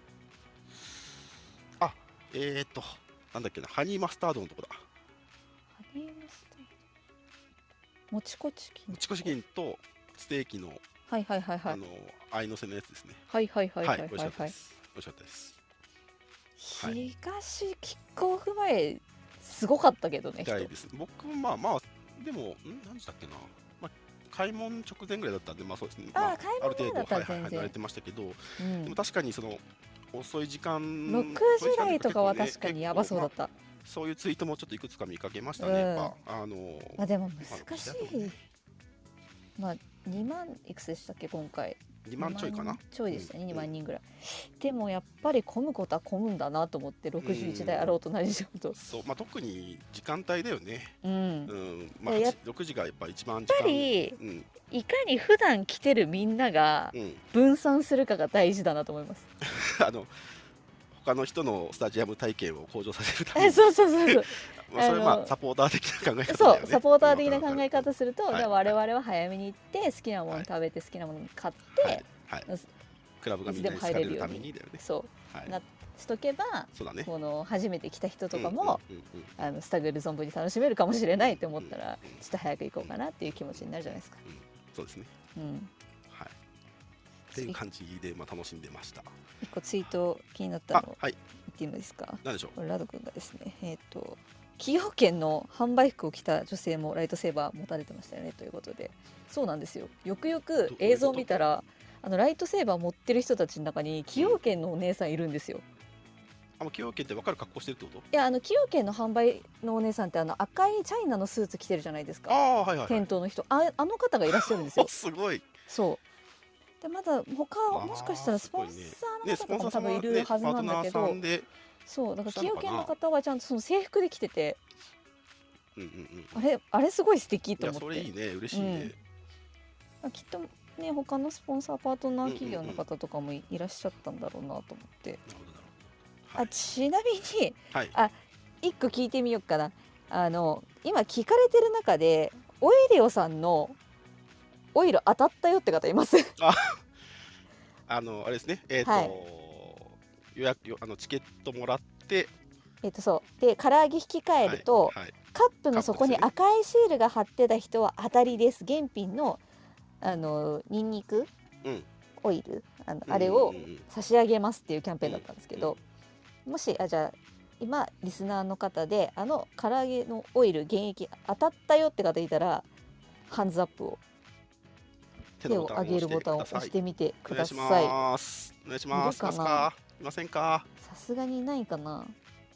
S2: あえっ、となんだっけなハニーマスタードのとこだ。
S1: ハニーマスタード。もちこチキン。
S2: もちこチキンとステーキの、
S1: はいはいはいはい。
S2: あの合いのせのやつですね。
S1: はいはいはいはい
S2: 美味しかった
S1: はいはい。
S2: です。美味しかったです。はい
S1: 東キックオフ前すごかったけどね。人
S2: みたいです。僕もまあまあでもん何時だっけな。まあ開門直前ぐらいだったんでまあそうですね。まあ
S1: あー開門
S2: ある程度
S1: 前だったら
S2: はいはいはい
S1: 全然
S2: 慣れてましたけど、
S1: うん
S2: でも確かにその遅い時間
S1: ろくじ台とかは確かにやばそうだっ。た。
S2: そういうツイートもちょっといくつか見かけましたね。やっぱあの
S1: あでも
S2: まあ
S1: 難し
S2: 時代とかね
S1: い。まあにまんいくつでしたっけ今回。
S2: にまんちょいかな。
S1: ちょいでしたね、
S2: うん
S1: にまんにんぐらい。でもやっぱり混むことは混むんだなと思ってろくじゅういちだいあろうと何しようと。
S2: そうまあ特に時間帯だよね。
S1: うん。
S2: う
S1: や
S2: んまあ
S1: いや
S2: はちろくじがやっぱ一番時
S1: っぱ
S2: 間
S1: り
S2: うん
S1: いかに普段来てるみんなが
S2: うん
S1: 分散するかが大事だなと思います。
S2: あの他の人のスタジアム体験を向上させるため
S1: え
S2: に
S1: そうそうそうそう。
S2: まあそれはま
S1: あの
S2: あサポーター的な考え方だよね。
S1: そうサポーター的な考え
S2: うんわかるわかる
S1: 方すると、
S2: はい
S1: じゃあ我々は早めに行って好きなもの
S2: はい
S1: 食べて好きなもの買っ
S2: はい
S1: て、
S2: はい
S1: うん
S2: クラブがみんなに好かれるためにだよね。
S1: そう
S2: はい
S1: なしとけば
S2: そうだね。
S1: この初めて来た人とかも、
S2: うんうんうんうん
S1: あのスタグル存分に楽しめるかもしれないって思ったら、
S2: うんうん
S1: ちょっと早く行こうかなっていう気持ちになるじゃないですか。
S2: うんそうですね。
S1: うん、
S2: はい。っていう感じでまあ楽しんでました。
S1: 一個ツイート気になったの
S2: あはい。
S1: 言っていいですか。
S2: なんでしょう。
S1: これラド君がですね、えっ、と崎陽軒の販売服を着た女性もライトセーバー持たれてましたよねということで、そうなんですよ。よくよく
S2: ど
S1: 映像を見たら、あのライトセーバー持ってる人たちの中に崎陽軒のお姉さんいるんですよ。
S2: あもう崎陽軒って分かる格好してるってこと？
S1: いやあの崎陽軒の販売のお姉さんってあの赤いチャイナのスーツ着てるじゃないです
S2: あ
S1: か。
S2: あはいはいはい。
S1: 店頭の人、ああの方がいらっしゃるんですよ
S2: お。すごい。
S1: そうでまだ他
S2: あー
S1: もしかしたらスポンサー
S2: ねスポン
S1: の方とか
S2: サーさんはね
S1: も多分いるはずなんだけど、
S2: パートナーさんで
S1: そうだから崎陽
S2: したのかな
S1: 軒の方はちゃんとその制服で着てて、
S2: うんうんうん。
S1: あれあれすごい素敵
S2: い
S1: と思って。
S2: やそれいいね嬉しいね。
S1: あきっとね他のスポンサーパートナー企業の方とかもいいらっしゃったんだろうなと思って。
S2: なるほどなるほど。
S1: あちなみに
S2: はい。
S1: あ一個聞いてみようかな。あの今聞かれてる中でオイレオさんのオイル当たったよって方います？
S2: あのあれですね。えっと
S1: はい
S2: 予約よあのチケットもらって
S1: えっとそうで唐揚げ引き換えると、
S2: はいはい
S1: カップの底に
S2: カップですよ
S1: 赤いシールが貼ってた人は当たりです。原品のあのニンニク
S2: うん
S1: オイルあのあれを
S2: うんうんうん
S1: 差し上げますっていうキャンペーンだったんですけど、もしあじゃあ今リスナーの方であの唐揚げのオイル原液当たったよって方いたらハンズアップを手を上げるボタンを押してみてくだ
S2: お願いし
S1: さい。
S2: ます。お願いします。
S1: いるかな
S2: ますか？いませんか？
S1: さすがにいないかな。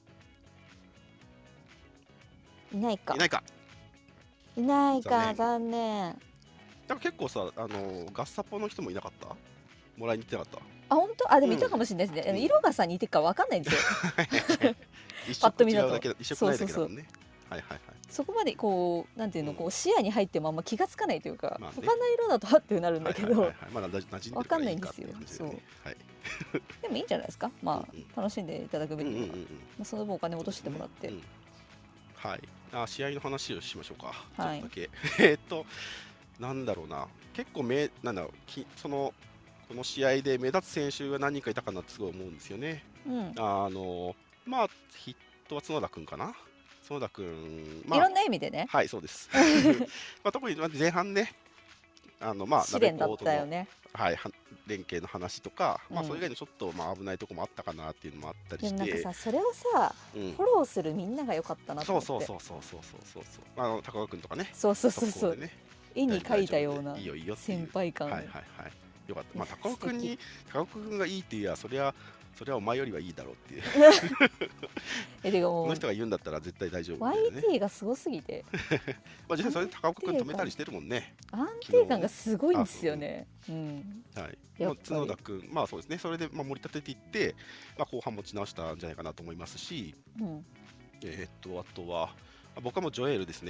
S1: いないか
S2: いないか。
S1: いないか
S2: 残念
S1: 残念。
S2: なんか結構さあのガッサポの人もいなかった？もらいに来てなかっ
S1: あ本当あでも
S2: うん
S1: いたかもしれないですね、あの
S2: うん
S1: 色がさ似てるかわかんないんですよ。
S2: た？一
S1: パッと見だと
S2: 色違うだけだ一色ないだけだもんね。はいはいはい。
S1: そこまでこうなんていうの、
S2: うん
S1: こう視野に入ってもあんま気がつかないというか、
S2: まあね
S1: 他の色だとはってなるんだけど、
S2: はいはいはいはいまだ馴染んでる
S1: わかんないんですよ
S2: からいいかっていう感じだねはい。
S1: でもいいんじゃないですか。まあ、
S2: うんうん
S1: 楽しんでいただく
S2: うん
S1: 分には、
S2: うんうんうん。
S1: まあ、その分お金落としてもらって、
S2: うんはい。あ試合の話をしましょうか。
S1: はい
S2: ちょっとだけ。えーっとなんだろうな。結構めなんだろうきそのこの試合で目立つ選手が何人かいたかなってすごい思うんですよね。
S1: うん
S2: あのまあヒットは角田君かな。角田君まあ
S1: いろんな意味でね
S2: はいそうです。まあ特にまあ前半ね。あのまあ
S1: 試練だったよね。
S2: はい、は連携の話とか、まあ、
S1: うん
S2: それ以外にちょっと、まあ、危ないところもあったかなっていうのもあったり
S1: でもなんか
S2: して、
S1: さそれをさ
S2: うん
S1: フォローするみんなが良かったなと
S2: そ
S1: 思って。
S2: うそうそうそうそうそうそうそうあの高川君とかね、
S1: そうそうそうそう
S2: 速攻でね、
S1: 絵に描いたようない
S2: いよいいよっていう
S1: 先輩感、
S2: はいはいはい、よかった。まあ、
S1: いや
S2: 高尾君に
S1: 素、
S2: 高尾君がいいって言えば、そりゃ、そりゃお前よりはいいだろうっていう、
S1: えでも
S2: この人が言うんだったら絶対大丈夫みたいなね。
S1: ワイティー がすごすぎて
S2: まあ、実際それで高尾君止めたりしてるもんね。
S1: 安定感がすごいんですよね。うん
S2: はい、
S1: やっぱり
S2: 角田君、まあそうですね、それでまあ盛り立てていって、まあ、後半持ち直したんじゃないかなと思いますし、
S1: うん
S2: えーっとあとは、まあ僕はもうジョエルですね。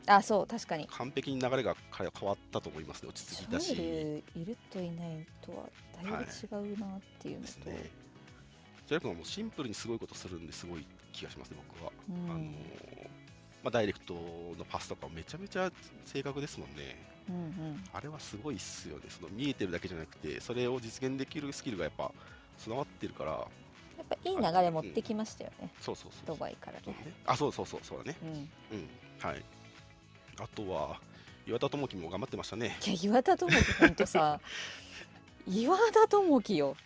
S1: あ、そう確かに。
S2: 完璧に流れが彼は変わったと思いますね。落ち着いたし。
S1: シャネルいるといないとはだいぶ違うなっていうのと、
S2: ですね。ジャイ君はもうシンプルにすごいことするんですごい気がしますね、僕は。
S1: うん
S2: あのーまあ、ダイレクトのパスとかめちゃめちゃ正確ですもんね。
S1: うんうん、
S2: あれはすごいっすよね。その見えてるだけじゃなくて、それを実現できるスキルがやっぱ備わってるから。
S1: やっぱいい流れ持ってきましたよね、
S2: そうそうそうそう。
S1: ドバイからね。
S2: そうね。あ、そうそうそうそうだね。
S1: うん、
S2: うん。はい。あとは岩田智樹も頑張ってましたね。
S1: いや岩田智樹ほんとさ岩田智樹よ。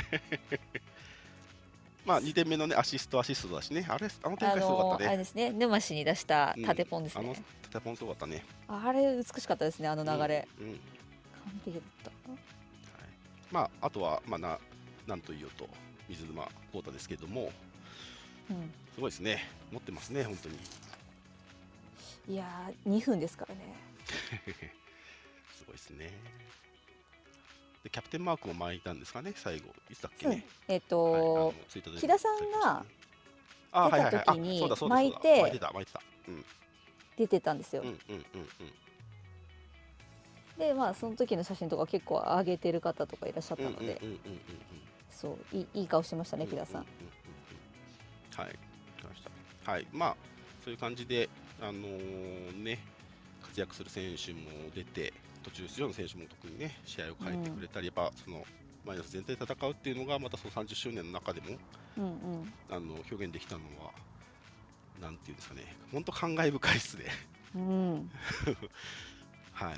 S2: まあにてんめのねアシストアシストだしね。あれあの展
S1: あ
S2: 開すごかったね。
S1: のあれですね、沼市に出した縦ポンですね、
S2: うん、あの縦ポンすごかったね。
S1: あれ美しかったですね、あの流れ、
S2: うんうん、
S1: 完璧だった、
S2: はい、まああとはまあななんと言おうと水沼宏太ですけれども、
S1: うん、
S2: すごいですね。持ってますね本当に。
S1: いやーにふんですからね
S2: すごいですね。でキャプテンマークも巻いたんですかね、最後いつだっけね。
S1: うん、えっ、ー、と、はい、木田さんが出た時に巻いて
S2: 巻いてた巻いてた、うん、
S1: 出てたんですよ。
S2: うんうんうんうん。
S1: でまあその時の写真とか結構上げてる方とかいらっしゃったので、そういいいい顔してましたね、木田さん。
S2: はい、はい、まあそういう感じであのー、ね活躍する選手も出て、途中出場の選手も特にね試合を変えてくれたり、うん、やっぱそのマイナス全体で戦うっていうのがまたそのさんじゅっしゅうねんの中でも、うんうん、あの表現できたのはなんていうんですかね、本当感慨深いですね。うん、はい。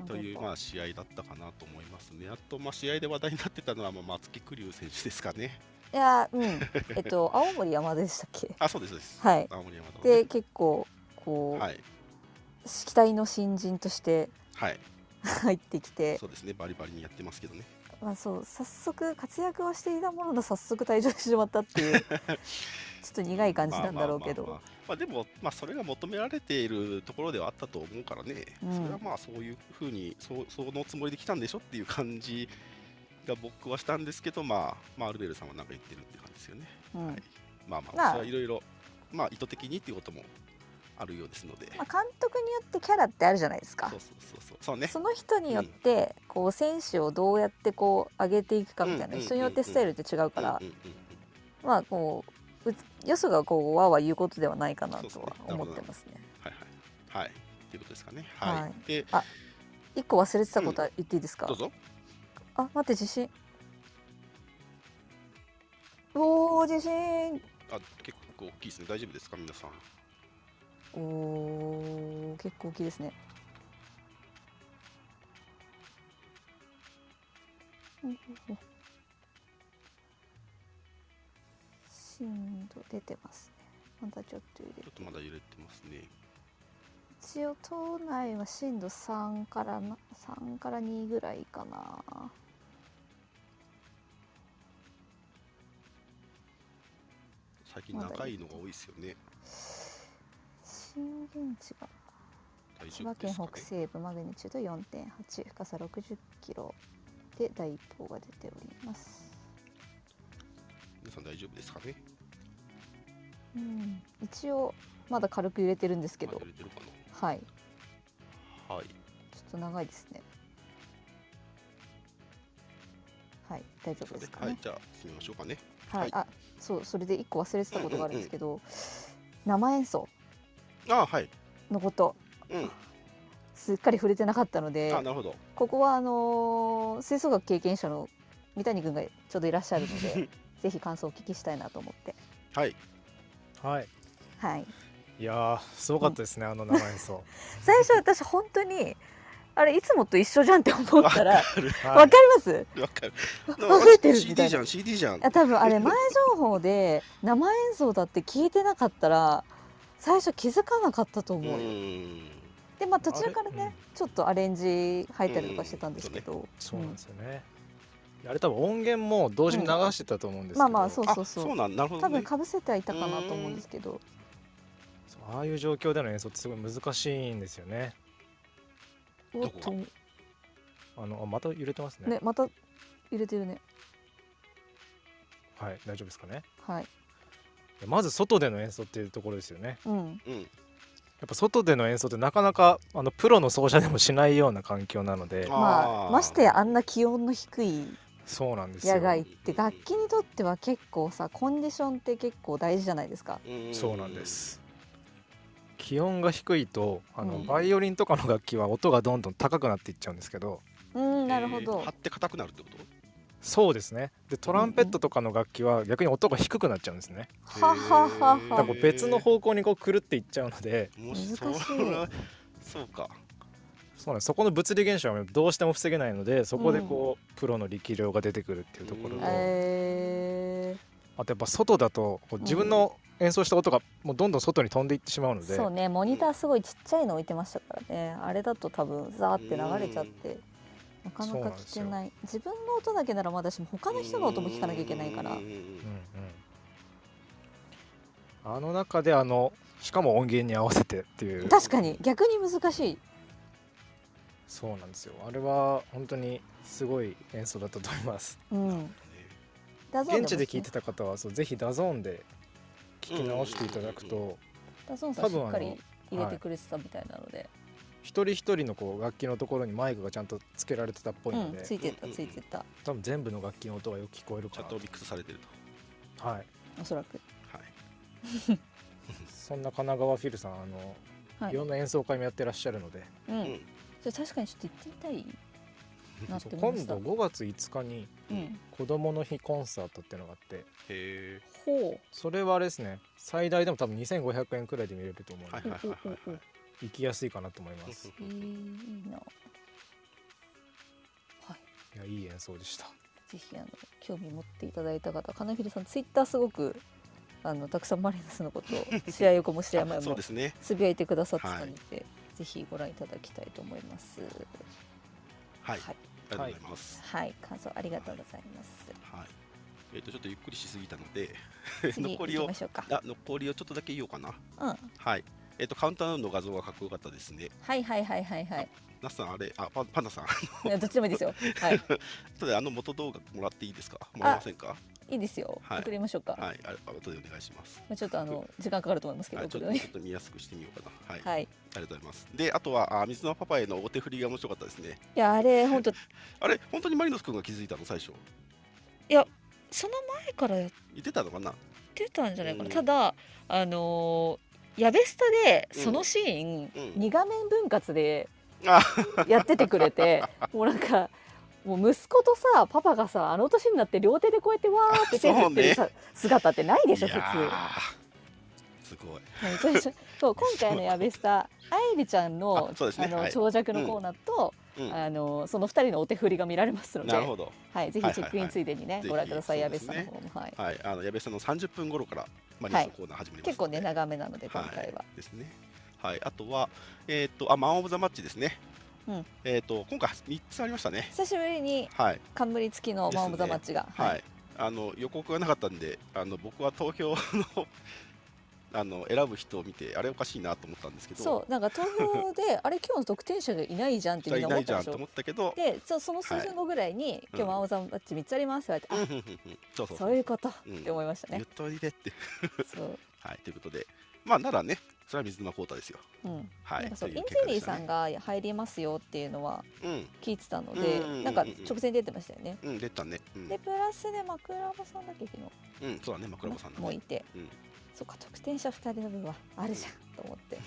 S2: というまあ試合だったかなと思いますね。あとまあ試合で話題になってたのはまあ松木玖生選手ですかね。
S1: いや、うん、えっと青森山田でしたっけ？
S2: あ、そうですそうです。
S1: はい。
S2: 青森山田、
S1: ね、で結構こう、はい、期待の新人として入ってきて、
S2: そうですね、バリバリにやってますけどね。
S1: まあそう早速活躍はしていたものの早速退場してしまったっていうちょっと苦い感じなんだろうけど、
S2: まあでもまあそれが求められているところではあったと思うからね、うん、それはまあそういうふうにそそのつもりで来たんでしょっていう感じが僕はしたんですけど、まあ、まあアルベルさんは何か言ってるっていう感じですよね。うん、はい、まあまあそれはいろいろまあ意図的にっていうこともあるようですので、
S1: まあ、監督によってキャラってあるじゃないですか。
S2: そうそうそうそう、そうね、
S1: その人によってこう選手をどうやってこう上げていくかみたいな、人によってスタイルって違うから、まあこうよそがこうわーわー言うことではないかなとは思ってますね。
S2: はいはいはい、っていうことですかね。はい。はい、で、
S1: あ、一個忘れてたこと言っていいですか？
S2: どうぞ。
S1: あ、待って、地震。おお、地震。
S2: あ、結構大きいですね。大丈夫ですか皆さん？
S1: おお、結構大きいですね。震度出てますね。まだちょっと揺れて。
S2: ちょっとまだ揺れてますね。
S1: 一応島内は震度さんからさんからにぐらいかな。
S2: 最近長いのが多いですよね。
S1: 震源地が千葉県北西部、マグニチュード よんてんはち、深さろくじゅっキロで大一報が出ております。
S2: 皆さん大丈夫ですかね？
S1: うん、一応まだ軽く揺れてるんですけど、
S2: 揺れてるかな？
S1: はい。
S2: はい。
S1: ちょっと長いですね。はい、大丈夫ですかね。
S2: はい、じゃあ進みましょうかね。
S1: はい、はい、あ、そう、それで一個忘れてたことがあるんですけど、うんうんうん、生演奏
S2: あ、はい、
S1: のこと、うん、すっかり触れてなかったので、
S2: あ、なるほど。
S1: ここはあのー、吹奏楽経験者の三谷君がちょうどいらっしゃるのでぜひ感想をお聞きしたいなと思って。
S2: はい
S3: はい
S1: はい。
S3: いやーすごかったですね、うん、あの生演奏
S1: 最初私本当にあれいつもと一緒じゃんって思ったらわかります
S2: わかる
S1: 増えてるみたいな
S2: シーディー じゃん シーディー じゃん。
S1: 多分あれ前情報で生演奏だって聞いてなかったら最初気づかなかったと思うよ。でまあ途中からね、うん、ちょっとアレンジ入ったりとかしてたんですけど、うん、
S3: そうなんですよね。あれ多分音源も同時に流してたと思うんですけど、
S1: うん、まあまあそうそうそう、
S2: そうなん、なるほどね、
S1: 多分かぶせてはいたかなと思うんですけど、
S3: ああいう状況での演奏ってすごい難しいんですよね。
S1: おっと
S3: あのあまた揺れてますね。
S1: ね、また揺れてるね。
S3: はい、大丈夫ですかね。
S1: はい。
S3: まず外での演奏っていうところですよね。
S1: うん。
S3: やっぱ外での演奏ってなかなかあのプロの奏者でもしないような環境なので、
S1: まあましてやあんな気温の低い
S3: そうなんですよ。
S1: 野外って楽器にとっては結構さ、コンディションって結構大事じゃないですか。
S3: そうなんです。気温が低いとあの、
S1: うん
S3: バイオリンとかの楽器は音がどんどん高くなっていっちゃうんですけど、
S1: うんなるほど、
S2: えー張って硬くなるってこと？
S3: そうですね。でトランペットとかの楽器は逆に音が低くなっちゃうんですね。
S1: ははは
S3: だから
S1: は
S3: こう別の方向にこう狂っていっちゃうので、
S2: もし
S1: 難しい
S2: それはそうか。
S3: そうなんです。そこの物理現象はどうしても防げないので、そこでこう、プロの力量が出てくるっていうところと、
S1: え
S3: あとやっぱ外だとこう自分の演奏した音がもうどんどん外に飛んでいってしまうの
S1: ー、
S3: で、
S1: そうね、モニターすごいちっちゃいの置いてましたからね。あれだと多分ザーって流れちゃってなかなか聞けない。自分の音だけならまだしも他の人の音も聞かなきゃいけないから。
S2: うんうん
S3: うんうん、あの中であのしかも音源に合わせてっていう、
S1: 確かに逆に難しい。
S3: そうなんですよ。あれは本当にすごい演奏だったと思います。
S1: うんダゾーン
S3: 現地で聴い
S1: も
S3: てた方はそうぜひダゾーンで聞き直していただくと、
S1: ダゾーンさんし
S3: 多分あの
S1: っかり入れてくれてたみたいなので、
S3: 一人一人のこう楽器のところにマイクがちゃんとつけられてたっぽいので、
S1: うん、ついてたついてた、
S3: 多分全部の楽器の音がよく聞こえるかなと。
S2: ちゃんとミックスされてると。
S3: はい。
S1: おそらく。
S2: はい。
S3: そんな神奈川フィルさん、あの、
S1: はい
S3: いろんな演奏会もやってらっしゃるので、
S1: うん、
S2: うん
S1: それ確かにちょっと行ってみたいなって
S3: そう
S1: 思いました。
S3: 今度ごがついつかに
S1: うん、
S3: 子どもの日コンサートっていうのがあって、
S2: へえ。
S1: ほ
S3: それはあれですね、最大でも多分にせんごひゃくえんくらいで見れると思うので、
S2: はいはいはいはい
S1: おおお
S2: はい。
S3: 行きやすいかなと思います。
S1: えー、いいな。はい、
S3: いや、いい演奏でした。
S1: ぜひあの興味持っていただいた方、金フィルさんツイッターすごくあのたくさんマリノスのことを試合横も試合前
S2: あそう
S1: も
S2: ですね。
S1: つぶやいてくださってたので、ぜひご覧いただきたいと思います。
S2: はい。
S1: はい、
S2: ありがとうございます。
S1: はい、感想ありがとうございます。
S2: はい。えっとちょっとゆっくりしすぎたので
S1: 次
S2: 残りを
S1: 行きましょうか。
S2: あ残りをちょっとだけ言おうかな。
S1: うん、
S2: はい。えっとカウントダウンの画像がかっこよかったですね。
S1: はいはいはいはいはい。
S2: ナスさんあれあパパンダさん
S1: いやどっちでもいいですよ。はい、
S2: 後であの元動画もらっていいですか？もらえませんか？
S1: いいですよ。
S2: はい
S1: 送りましょうか。
S2: はい。あ後でお願いします。
S1: まあちょっとあの時間かかると思いますけど、
S2: はい、ちょ
S1: 送るのに
S2: っとちょっと見やすくしてみようかな。はい。
S1: はい。
S2: ありがとうございます。で、あとはあ水沼パパへのお手振りが面白かったですね。
S1: いやあれ本当
S2: あれ本当にマリノス君が気づいたの最初？
S1: その前からやっ
S2: 言ってたのかな？
S1: てたんじゃないかな。
S2: うん
S1: ただあのー、ヤベスタでそのシーン、
S2: うん
S1: に画面分割で
S2: あ、
S1: やっててくれてもうなんかもう息子とさパパがさあの年になって両手でこうやってわーって手振ってるさ、姿ってないでしょ
S2: い
S1: 普通。
S2: やーすごい。
S1: 本当にそうそう今回のヤベスタ愛梨ちゃんの
S2: あそうですねはい
S1: あの長尺のコーナーと、
S2: うん、
S1: あのそのふたりのお手振りが見られますので、
S2: なるほど。
S1: はい、ぜひチェックインついでにね、
S2: はいはいはい
S1: ご覧ください。ヤベス
S2: ぜひ
S1: タの方も、はい、
S2: はい、あの矢部さんのさんじゅっぷん頃からマリノスのコーナー始まりますので、
S1: 結構ね長めなので今
S2: はい、
S1: 回は、
S2: ですね。はい、あとはえっ、とあマンオブザマッチですね。
S1: うん
S2: えっ、と今回みっつありましたね。
S1: 久しぶりに
S2: はい
S1: 冠付きのマン・オブ・ザ・マッチが、
S2: はい。あの予告がなかったんで、あの僕は投票のあの選ぶ人を見てあれおかしいなと思ったんですけど、
S1: そうなんか投票であれ今日の得点者がいないじゃんってみんな思
S2: いないじゃんと
S1: ったでしょ。
S2: 思ったけど、
S1: でそその数分後ぐらいに、今日マン・オブ・ザ・マッチみっつありますって言われて、
S2: うんうんうんうんそうそう
S1: あそういうこと、
S2: うん
S1: って思いました
S2: 言っ
S1: ね。
S2: といでって。
S1: そう、
S2: はいということで、まあならね、それは水沼宏太ですよ。
S1: うん、
S2: はい。
S1: なんかそうイン
S2: という
S1: ゼリーさん
S2: が、
S1: が入りますよっていうのは
S2: うん
S1: 聞いてたので、
S2: うんうんうんうん
S1: なんか直前に出てましたよね。
S2: うん出たね。うん
S1: でプラスで枕場さんだっけ昨日
S2: うんそうだね、枕場さんだね
S1: もういて、
S2: うん
S1: そっか得点者ふたりの分はあるじゃんと思って、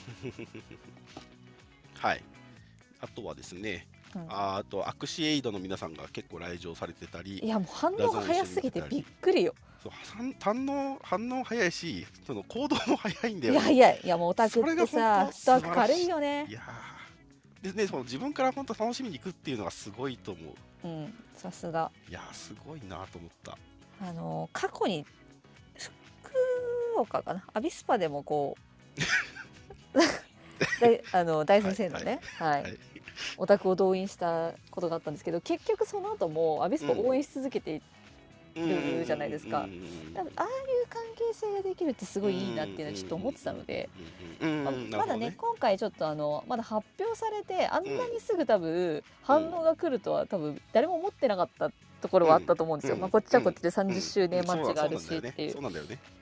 S2: はい。あとはですね、
S1: うん
S2: ああとアクシエイドの皆さんが結構来場されてたり、
S1: いやもう反応が早すぎてびっくりよ。
S2: そう反応反応早いし、その行動も早いんだよね。
S1: いやいやいやもうオタクって
S2: それが
S1: さ
S2: 本当
S1: フットワーク軽いよね
S2: い。やーでね、その自分から本当楽しみに行くっていうのがすごいと思う。
S1: うんさすが。
S2: いやーすごいなと思った。
S1: あの過去に福岡かなアビスパでもこうであの大先生のね、はい
S2: はい
S1: オタクを動員したことがあったんですけど、結局その後もアビスパを応援し続けているじゃないですか。多分ああいう関係性ができるってすごいいいなっていうのはちょっと思ってたので、ままだね今回ちょっとあのまだ発表されてあんなにすぐ多分反応が来るとは多分誰も思ってなかったところはあったと思うんですよ。まあこっちはこっちでさんじゅっしゅうねんマッチがあるしっていう。
S2: そうなんだよね。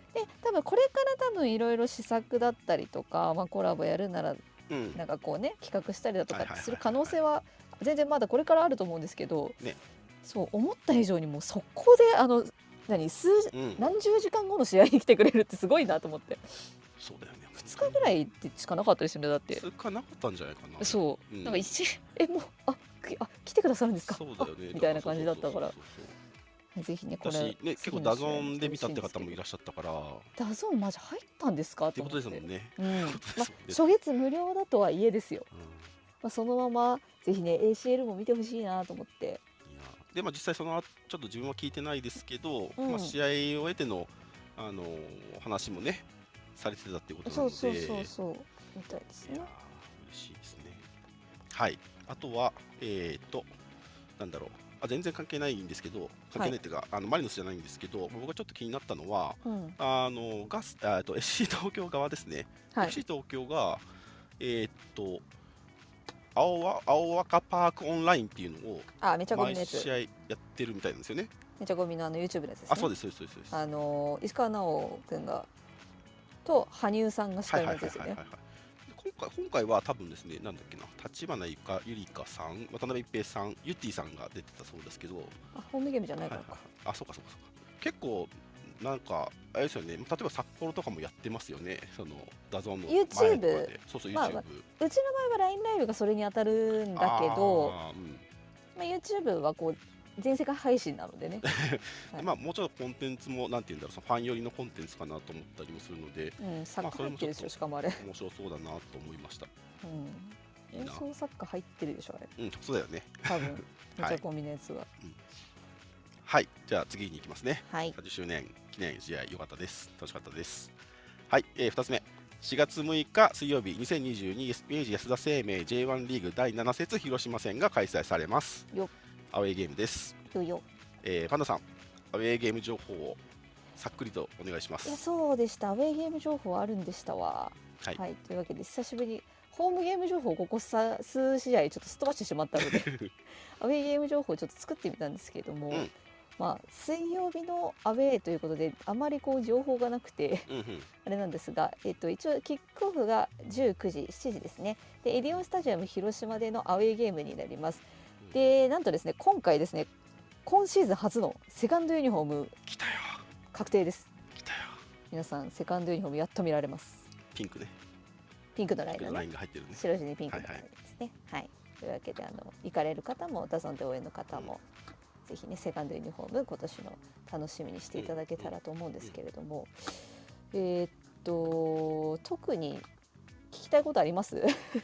S1: で多分これから多分いろいろ試作だったりとか、まあ、コラボやるなら
S2: うん
S1: なんかこうね企画したりだとか
S2: はいはいはいはい
S1: する可能性は全然まだこれからあると思うんですけど、
S2: ね
S1: そう思った以上にもう速攻であの何数
S2: うん
S1: 何十時間後の試合に来てくれるってすごいなと思って、
S2: そうだよね
S1: ふつかぐらいってしかなかったですよねだって。
S2: つかなかったんじゃないかな
S1: そう、
S2: うん
S1: なんか一えもうあきあ来てくださるんですか、
S2: そうだよね
S1: あみたいな感じだったから
S2: そうそうそうそう
S1: ぜひねこれ
S2: 私ね結構ダゾーンで見たって方もいらっしゃったからっ
S1: ダゾーンマジ入ったんですか
S2: ていうこと
S1: と思って
S2: ですもんね
S1: うん
S2: ってこと
S1: ま
S2: ですもんね
S1: 初月無料だとはいえですよ、
S2: うん
S1: まあ、そのままぜひね エーシーエル も見てほしいなと思って
S2: いやでまあ実際そのちょっと自分は聞いてないですけど、
S1: うん
S2: まあ、試合を得ての、あのー話もねされてたってことなので
S1: そうそうそうそうみたいですね
S2: いやー嬉しいですね。はいあとはえっ、となんだろうあ全然関係ないんですけど関係ないっていうか、あのマリノスじゃないんですけど僕がちょっと気になったのは
S1: うん
S2: あのガスあえっと エフシー 東京側ですね、
S1: はい
S2: エフシー 東京がえっ、と青わ青若パークオンラインっていうのを
S1: あめちゃゴミ
S2: 毎
S1: のやつ
S2: 試合やってるみたいなんですよね。
S1: めちゃゴミのあの YouTube のやつですね
S2: あそうですそうですそうですそうです。
S1: あの石川直くんがと羽生さんが司会のやつですよね
S2: はいはいはいはいはいで今回今回は多分ですねなんだっけな立花ゆかゆりかさん渡辺一平さんゆってぃさんが出てたそうですけど、はい
S1: あホームゲームじゃない
S2: はいはい
S1: からか、
S2: あそうかそうかそうか結構なんかあれですよね例えば札幌とかもやってますよねそのダゾーンの前とか
S1: YouTube
S2: でそうそう YouTube、
S1: まあまあうちの場合は ライン ライブがそれに当たるんだけど
S2: あーうん
S1: まあ、YouTube はこう全世界配信なのでね、はい
S2: でまあ、もうちょっとコンテンツもなんていうんだろうそのファン寄りのコンテンツかなと思ったりもするので
S1: うん、サッカー入ってるでしょしかもあれ、
S2: 面白そうだなと思いました。
S1: うん、
S2: いいな
S1: 演奏作家入ってるでしょあれ
S2: うんそうだよね。
S1: 多分めちゃゴミのやつは
S2: はいじゃあ次に行きますね。
S1: はい
S2: さんじゅっしゅうねん記念試合良かったです楽しかったです。はい、えー、ふたつめしがつむいか水曜日にせんにじゅうに明治安田生命 ジェイワン リーグだいなな節広島戦が開催されます。
S1: よ
S2: アウェーゲームです。
S1: よよ
S2: えー、パンダさんアウェーゲーム情報をさっくりとお願いしま
S1: いや
S2: す。
S1: そうでしたアウェーゲーム情報あるんでしたわ
S2: はい
S1: はい、というわけで久しぶりホームゲーム情報をここさ数試合ちょっとすっ飛ばしてしまったのでアウェーゲーム情報をちょっと作ってみたんですけれども、
S2: うん
S1: まあ水曜日のアウェーということであまりこう情報がなくて
S2: うんうん
S1: あれなんですが、えっと、一応キックオフがじゅうくじしちじですねでエディオンスタジアム広島でのアウェーゲームになります。でなんとですね今回ですね今シーズン初のセカンドユニフォーム
S2: 来たよ
S1: 確定です。
S2: 来たよ
S1: 皆さんセカンドユニフォームやっと見られます。
S2: ピンクね
S1: ピンクのラインのね
S2: ピンクのラインが入ってるね。
S1: 白地にピンクのラインですね。はい、というわけであの行かれる方もダゾンで応援の方も、ぜひねセカンドユニフォーム今年の楽しみにしていただけたらと思うんですけれども、えーっと特に聞きたいことあります？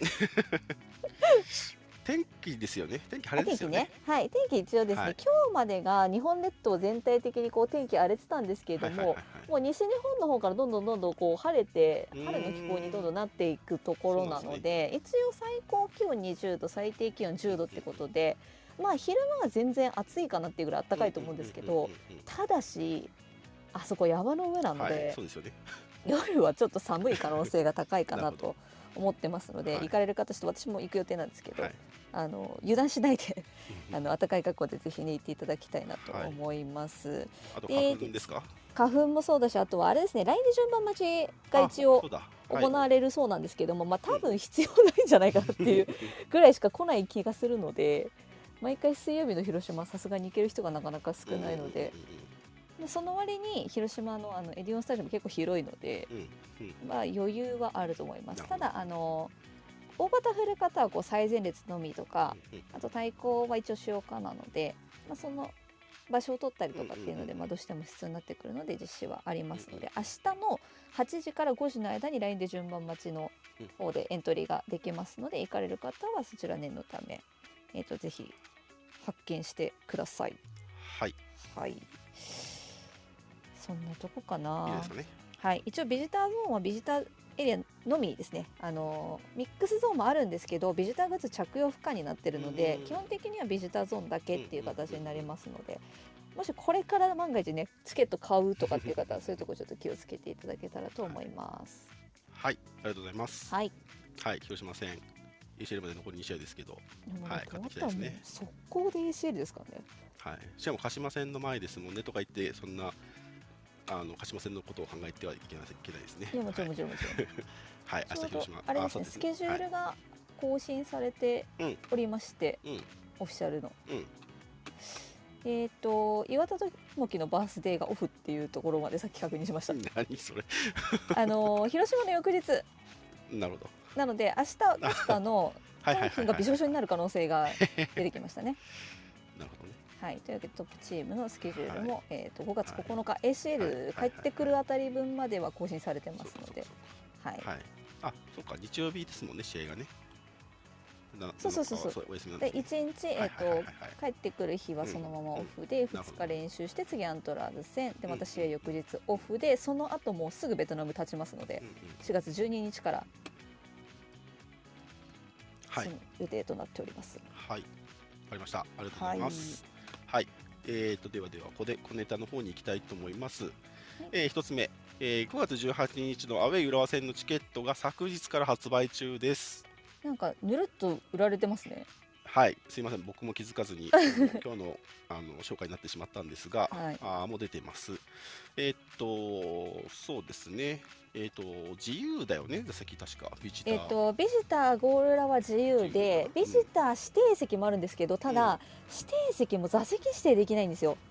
S2: 天気ですよね。天気晴れですよね。
S1: 天気ね、はい、天気一応ですね、
S2: はい
S1: 今日までが日本列島全体的にこう天気荒れてたんですけれども、
S2: はいはいはいはい
S1: もう西日本の方からどんどんどんどんこう晴れて
S2: うーん
S1: 春の気候にどんどんなっていくところなので、一応最高気温にじゅうど最低気温じゅうどってことで、まあ昼間は全然暑いかなっていうぐらい暖かいと思うんですけど、
S2: うんうんうんうん
S1: ただしあそこ山の上なの
S2: はい
S1: で、
S2: そうですよね。
S1: 夜はちょっと寒い可能性が高いかな
S2: なるほど
S1: と思ってますので、
S2: はい
S1: 行かれる方ちょっと私も行く予定なんですけど、
S2: はい
S1: あの油断しないであの暖かい格好でぜひね行っていただきたいなと思います。
S2: あと
S1: で
S2: 花粉ですか。
S1: 花粉もそうだし、あとはあれですね、ラインで順番待ちが一応
S2: あそうだ
S1: 行わ
S2: れ
S1: れるそうなんですけども、まあ多分必要ないんじゃないかなっていうぐらいしか来ない気がするので、毎回水曜日の広島はさすがに行ける人がなかなか少ないので、でその割に広島のあのエディオンスタジアム結構広いので、
S2: うんうん
S1: まあ余裕はあると思います。
S2: なるほど
S1: ただあの大型振る方はこう最前列のみとか、
S2: うん
S1: あと対抗は一応使用可なので、まあ、その場所を取ったりとかっていうので、
S2: うんうんうん
S1: まあ、どうしても必要になってくるので実施はありますので、明日のはちじからごじの間に ライン で順番待ちの方でエントリーができますので、行かれる方はそちら念のため、えー、とぜひ発見してください。
S2: はい
S1: はい、そんなとこか
S2: いい
S1: な
S2: です。かね。
S1: はい、一応ビジターゾーンはビジターエリアのみですね。あのミックスゾーンもあるんですけど、ビジターグッズ着用不可になってるので、
S2: うん
S1: 基本的にはビジターゾーンだけっていう形になりますので、もしこれから万が一ねチケット買うとかっていう方はそういうところちょっと気をつけていただけたらと思います。
S2: はいありがとうございます。
S1: はい。
S2: はい広島戦 エーシーエル まで残りに試合ですけど、
S1: でも
S2: はい
S1: 終わったらもう
S2: 買っていきたいですね
S1: 速攻で エーシーエル ですからね。
S2: はいしかも鹿島戦の前ですもんねとか言ってそんなあの鹿島戦のことを考えてはいけないいけないですね。
S1: いやもちろんもちろんもちろん。
S2: はい、明
S1: ちょうど
S2: 日広島
S1: あれですね、スケジュールが更新されておりまして、
S2: うん
S1: オフィシャルの。
S2: うん
S1: えっと岩田智樹のバースデーがオフっていうところまでさっき確認しました。
S2: 何それ
S1: あの広島の翌日
S2: なるほど。
S1: なので明日ガスタの
S2: はいはいはいはい
S1: トン君がびしょびしょになる可能性が出てきましたね。
S2: なるほどね。
S1: はい、というわけでトップチームのスケジュールも、
S2: はい
S1: えー、とごがつここのか、エーシーエル
S2: はい
S1: 帰ってくるあたり分までは更新されてますので、
S2: そう
S1: はい、
S2: かそうかはい。あ、そうか日曜日ですもんね試合がね。な
S1: そうそうそうそう
S2: なのかお休みなん
S1: で
S2: ですね。
S1: いちにち、えーと
S2: はいはいはいはい
S1: 帰ってくる日はそのままオフでふつか練習して次アントラーズ戦でまた試合翌日オフでその後もうすぐベトナム立ちますので
S2: うんうん
S1: しがつじゅうににちから
S2: はい
S1: その予定となっております。
S2: はい。わかりました。ありがとうございます。はい。えーとではではここで小ネタの方に行きたいと思います。えー、ひとつめ、えー、ごがつじゅうはちにちのアウェイ浦和戦のチケットが昨日から発売中です。
S1: なんかぬるっと売られてますね。
S2: はい、すいません、僕も気づかずにあの今日のあの紹介になってしまったんですが、
S1: はい
S2: あーもう出てます。えーっと、そうですね、えーっと、自由だよね、座席確か、ビジター。
S1: えっと、ビジターゴール裏は自由でビジター指定席もあるんですけどただ、指定席も座席指定できないんですよ。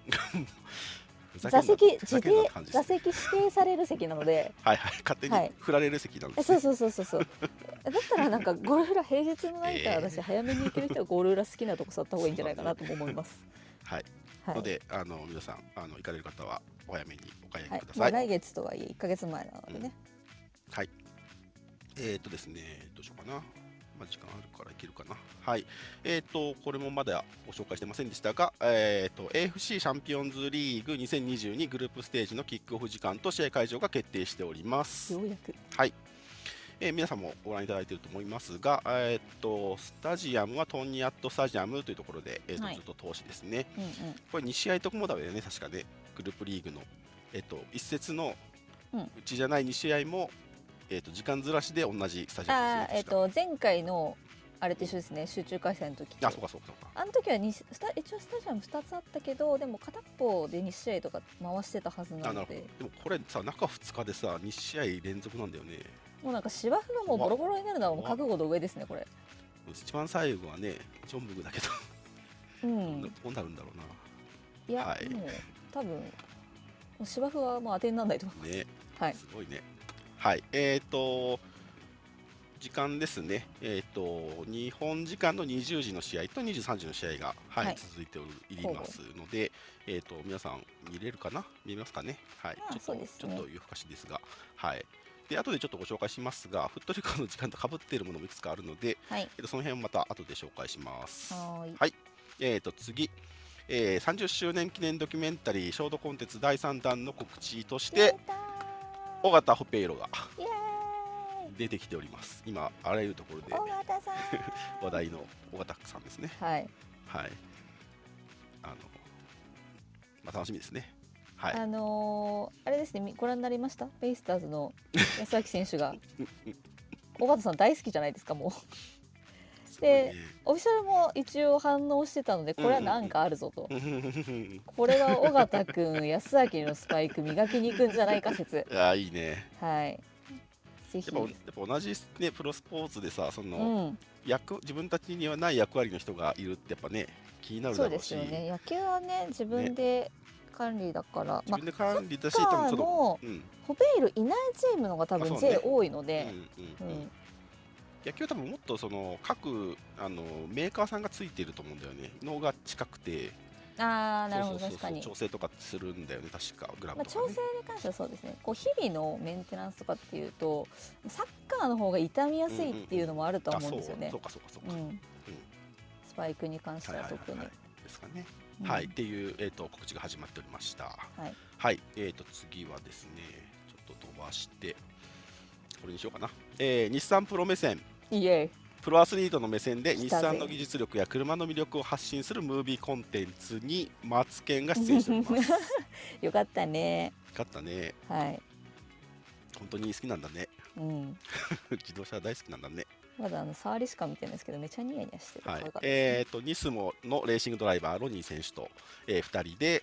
S1: 座席自定座席指定される席なので
S2: はいはい、勝手に振られる席なんですね。
S1: そうそうそうそうそうだったらなんかゴール裏平日のなんか私早めに行ける人はゴール裏好きなとこ座った方がいいんじゃないかなとも思います。
S2: はい、
S1: はい、
S2: のであの皆さんあの行かれる方はお早めにお買い上
S1: はい
S2: げください。
S1: まあ、来月とはいえいっかげつまえなのでね、
S2: うん、はいえー、っとですねどうしようかな、まあ、時間あるからいけるかな。はい。えっ、ー、と、これもまだご紹介してませんでしたが、えっ、ー、と、エーエフシー チャンピオンズリーグにせんにじゅうにグループステージのキックオフ時間と試合会場が決定しております。
S1: ようやく。
S2: はい。えー、皆さんもご覧いただいていると思いますが、えっ、ー、と、スタジアムはトンニアットスタジアムというところで、えーとはい、ずっと投資ですね。うんうん、これに試合ともだよね、確かね、グループリーグの。えっ、ー、と、一節のうちじゃないに試合も、えー、と時間ずらしで同じスタジアムですね。
S1: あえー、と前回のあれと一緒ですね、集中開催の時。
S2: あ、そうかそうかそうか。
S1: あの時はにスタ一応スタジアムふたつあったけど、でも片方でに試合とか回してたはずなので。
S2: でもこれさ、中ふつかでさ、に試合連続なんだよね。
S1: もうなんか芝生がもうボロボロになるのはもう覚悟の上ですね、これ。
S2: 一番最後はね、ジョンブグだけど、うん、どうなるんだろうな。
S1: いや、はい、もう多分もう芝生はもう当てにならないと思います。
S2: ね、
S1: はい。
S2: すごいね。はい、えっ、ー、と。時間ですね、えーと、日本時間のにじゅうじの試合とにじゅうさんじの試合が、はいはい、続いておりますので、えーと、皆さん見れるかな、見れますかね、はい、ちょっと、ね、ちょっと夜更かしですが、はい、で後でちょっとご紹介しますが、フットリコの時間とかぶっているものもいくつかあるので、はい、えーとその辺をまた後で紹介します。はい、はい、えーと次、えー、さんじゅっしゅうねん記念ドキュメンタリーショートコンテンツだいさんだんの告知として、尾形ホペイロが出てきております。今あらゆるところで話題の尾形さんですね。はい。はい。あの、まあ楽しみですね。はい。あ
S1: のー、あれですね、ご覧になりました？ベイスターズの安崎選手が尾形さん大好きじゃないですかもう。で、オフィシャルも一応反応してたので、これはなんかあるぞと。これは尾形くん安崎のスパイク磨きに行くんじゃないか説。
S2: ああいいね。
S1: はい。
S2: やっぱやっぱ同じ、ね、プロスポーツでさその、うん、役自分たちにはない役割の人がいるってやっぱね気になるだろうし。
S1: そうですよね。野球はね自分で管理だから、ね、
S2: 自分で管理だし、
S1: まあ、サッカーのホペイルいないチームのが多分 J 多いので。
S2: 野球は多分もっとその各あのメーカーさんがついていると思うんだよね。のが近くて。
S1: ああなるほど確かに
S2: 調整とかするんだよね確かグラブ
S1: とか、ね、まあ、調整に関してはそうですね。こう日々のメンテナンスとかっていうとサッカーの方が傷みやすいっていうのもあると思うんですよね。
S2: そうかそうかそうか、うん、
S1: スパイクに関しては特に
S2: ですかね、うん、はいっていう、えー、と告知が始まっておりました。はい、はい、えー、と次はですねちょっと飛ばしてこれにしようかな、えー、日産プロ目線
S1: イエーイ
S2: プロアスリートの目線で日産の技術力や車の魅力を発信するムービーコンテンツにマツケンが出演しております
S1: よかったね。
S2: よかったね。
S1: はい
S2: 本当に好きなんだね、うん、自動車大好きなんだね。
S1: まだあの触りしか見てないんですけどめちゃニヤニヤしてる、
S2: はい、えーとニスモのレーシングドライバーロニー選手と、えー、ふたりで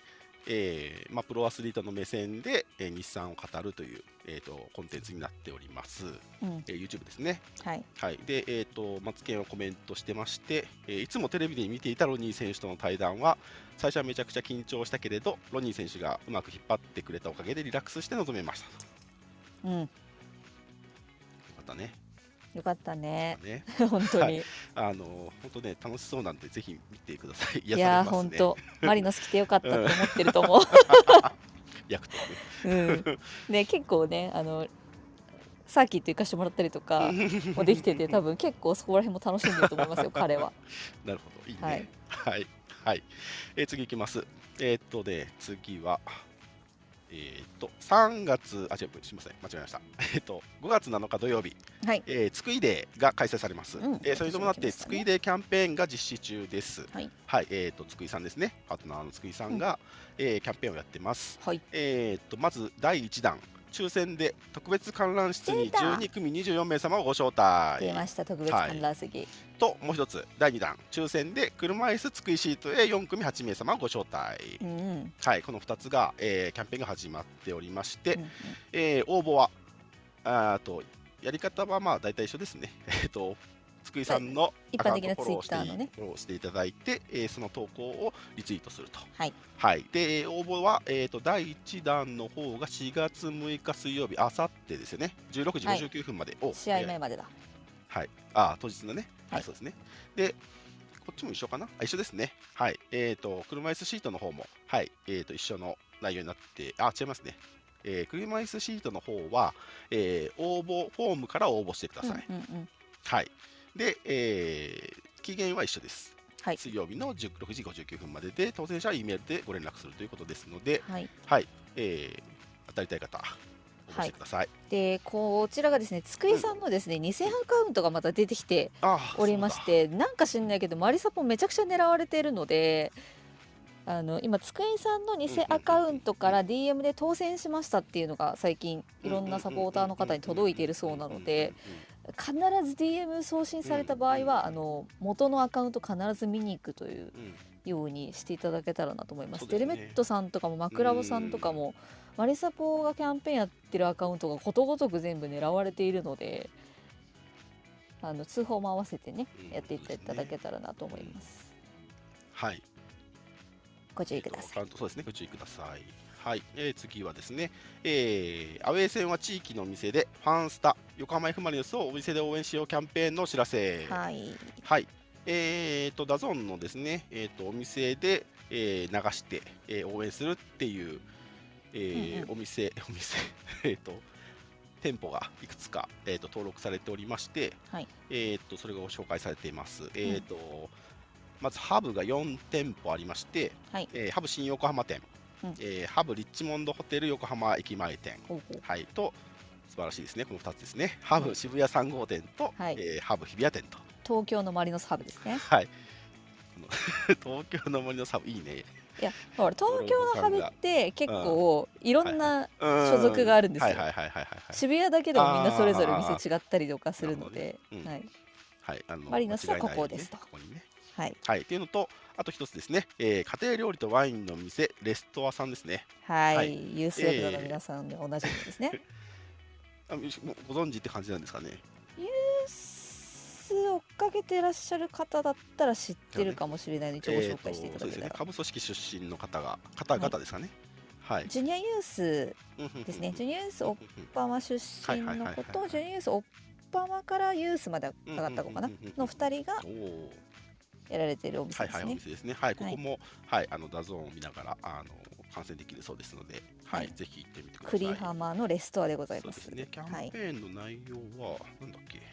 S2: えーまあ、プロアスリートの目線で、えー日産を語るという、えー、とコンテンツになっております、
S1: うん
S2: えー YouTube ですね。
S1: はい
S2: はいでえー、とマツケンはコメントしてまして、えーいつもテレビで見ていたロニー選手との対談は最初はめちゃくちゃ緊張したけれどロニー選手がうまく引っ張ってくれたおかげでリラックスして臨めましたと。
S1: うん
S2: よかったね。
S1: よかったね
S2: ね
S1: 本当に、
S2: あの本当ね楽しそうなんでぜひ見てください。
S1: いやー
S2: 癒されますね。
S1: 本当マリノス来てよかったって思ってると思
S2: 役とね。
S1: う、うん、で結構ねあのサーキット行かしてもらったりとかもできてて多分結構そこら辺も楽しんでると思いますよ彼は。
S2: なるほど、いいね。
S1: はい
S2: はい、はいえー次いきます。えーっとね、次は、えーっと、さんがつ、あ、違う、すみません、間違えました。えーっと、ごがつなのか土曜日、
S1: はい
S2: えー、つくいデーが開催されます。
S1: うん
S2: えーそれに伴って、
S1: 私も来ましたね
S2: つくいデーキャンペーンが実施中です。
S1: はい
S2: はい、えーっと、つくいさんですね、パートナーのつくいさんが、えーキャンペーンをやってます。
S1: はい
S2: えーっと、まずだいいちだん、抽選で特別観覧室に
S1: 出た
S2: じゅうにくみにじゅうよんめいさまをご招待。
S1: 出ました特別観覧席、
S2: ともう一つだいにだん抽選で車椅子つくいシートへよんくみはちめいさまをご招待、
S1: うんうん
S2: はい、このふたつが、えーキャンペーンが始まっておりまして、
S1: うんうん
S2: えー応募はあーとやり方はまあ大体一緒ですねえっとつくいさんの
S1: 一
S2: アカウン
S1: 般的なツイ
S2: トフォローして
S1: ッターのね
S2: フォローしていただいて、えーその投稿をリツイートすると。
S1: はい
S2: はい、でえー応募は、えー、とだいいちだんの方がしがつむいか水曜日、あさってですよね、じゅうろくじごじゅうきゅうふんまでを、
S1: 試合
S2: えー
S1: 前までだ、
S2: はい、あ当日のね、は、
S1: はいい
S2: そうですね。で、こっちも一緒かなあ、一緒ですね。はい、えっ、と、車椅子シートの方も、はい、えっ、と、一緒の内容になって、あ、違いますね。えー車椅子シートの方は、えー応募、フォームから応募してください。
S1: うんうんうん
S2: はい。で、えー期限は一緒です。
S1: はい
S2: 水曜日のじゅうろくじごじゅうきゅうふんまでで、当選者は E メールでご連絡するということですので、
S1: はい
S2: はい、えー当たりたい方、応募してください。
S1: でこちらがですねつくいさんのですね、偽アカウントがまた出てきて
S2: あー
S1: おりまし、て、なんか知んないけどマリサポめちゃくちゃ狙われているので、あの今つくいさんの偽アカウントから ディーエム で当選しましたっていうのが最近いろんなサポーターの方に届いているそうなので、必ず ディーエム 送信された場合はあの元のアカウント必ず見に行くという
S2: うんうんうん
S1: ようにしていただけたらなと思います。
S2: そうですね
S1: デルメットさんとかもマクラボさんとかもマリサポがキャンペーンやってるアカウントがことごとく全部狙われているので、あの通報も合わせてね、
S2: うん
S1: やっていただけたらなと思います。
S2: はい。
S1: ご注意ください。
S2: えーとそうですね、ご注意ください。はい、えー次はですね、えーアウェー戦は地域のお店でファンスタ横浜 F ・マリノスをお店で応援しようキャンペーンのお知らせ。
S1: はい。
S2: はい、えーとダゾーンのですね、えーとお店で、えー流して、えー応援するっていう、えー
S1: うんうん
S2: お店お店えーと店舗がいくつか、えーと登録されておりまして、
S1: はい。
S2: えーとそれがご紹介されています。えーとまずハブがよんてんぽありまして、
S1: はい。
S2: えーハブ新横浜店、
S1: うん
S2: えーハブリッチモンドホテル横浜駅前店、
S1: ほうほう。
S2: はい、と素晴らしいですね、このふたつですね、ハブ渋谷さん号店と、
S1: はい
S2: えーハブ日比谷店と、
S1: 東京のマリノスハブですね。
S2: はい、この東京の森のサブ、いいね、
S1: いや、ほら東京のハブって結構いろんな所
S2: 所
S1: 属があるんですよ。
S2: はいはいはいはいはいはい、
S1: 渋谷だけでもみんなそれぞれ店違ったりとかするので、
S2: なるほどねうん
S1: はい。
S2: はい、あの
S1: マリノスは
S2: 間違いないようにね
S1: ここですと
S2: ここにね、
S1: はい。
S2: はい、っていうのと、あと一つですね、えー家庭料理とワインの店、レストアさんですね。
S1: はい。
S2: はい
S1: ユースヤクザの皆さんでおなじみですね。
S2: あもうご存知って感じなんですかね。
S1: ユース追っかけてらっしゃる方だったら知ってるかもしれないので、一応ご紹介していただけたら。
S2: えーとそうですね、下部組織出身の方が方々ですかね。はい。
S1: ジュニアユースですね。ジュニアユースオッパマ出身の子とジュニアユースオッパマからユースまで上がった子かなのふたりが
S2: おお。
S1: やられているお店
S2: はいはい、お
S1: ですね。
S2: 店ですね。はい、ここも、はい、あのダゾーンを見ながら、あの観戦できるそうですので、は
S1: はい
S2: い、ぜひ行ってみてください。
S1: 栗浜のレストアでございます。
S2: そうですね。キャ
S1: はい
S2: ンペーンの内容は、なんだっけ。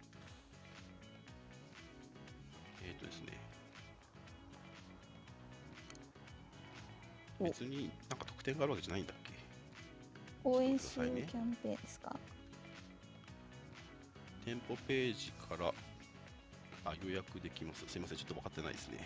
S2: えっ、とですね。
S1: お
S2: 別になんか特典があるわけじゃないんだっけ。
S1: 応援しようキャンペーンですか。
S2: 店舗ページからあ予約できます。すみません、ちょっと分かってないですね。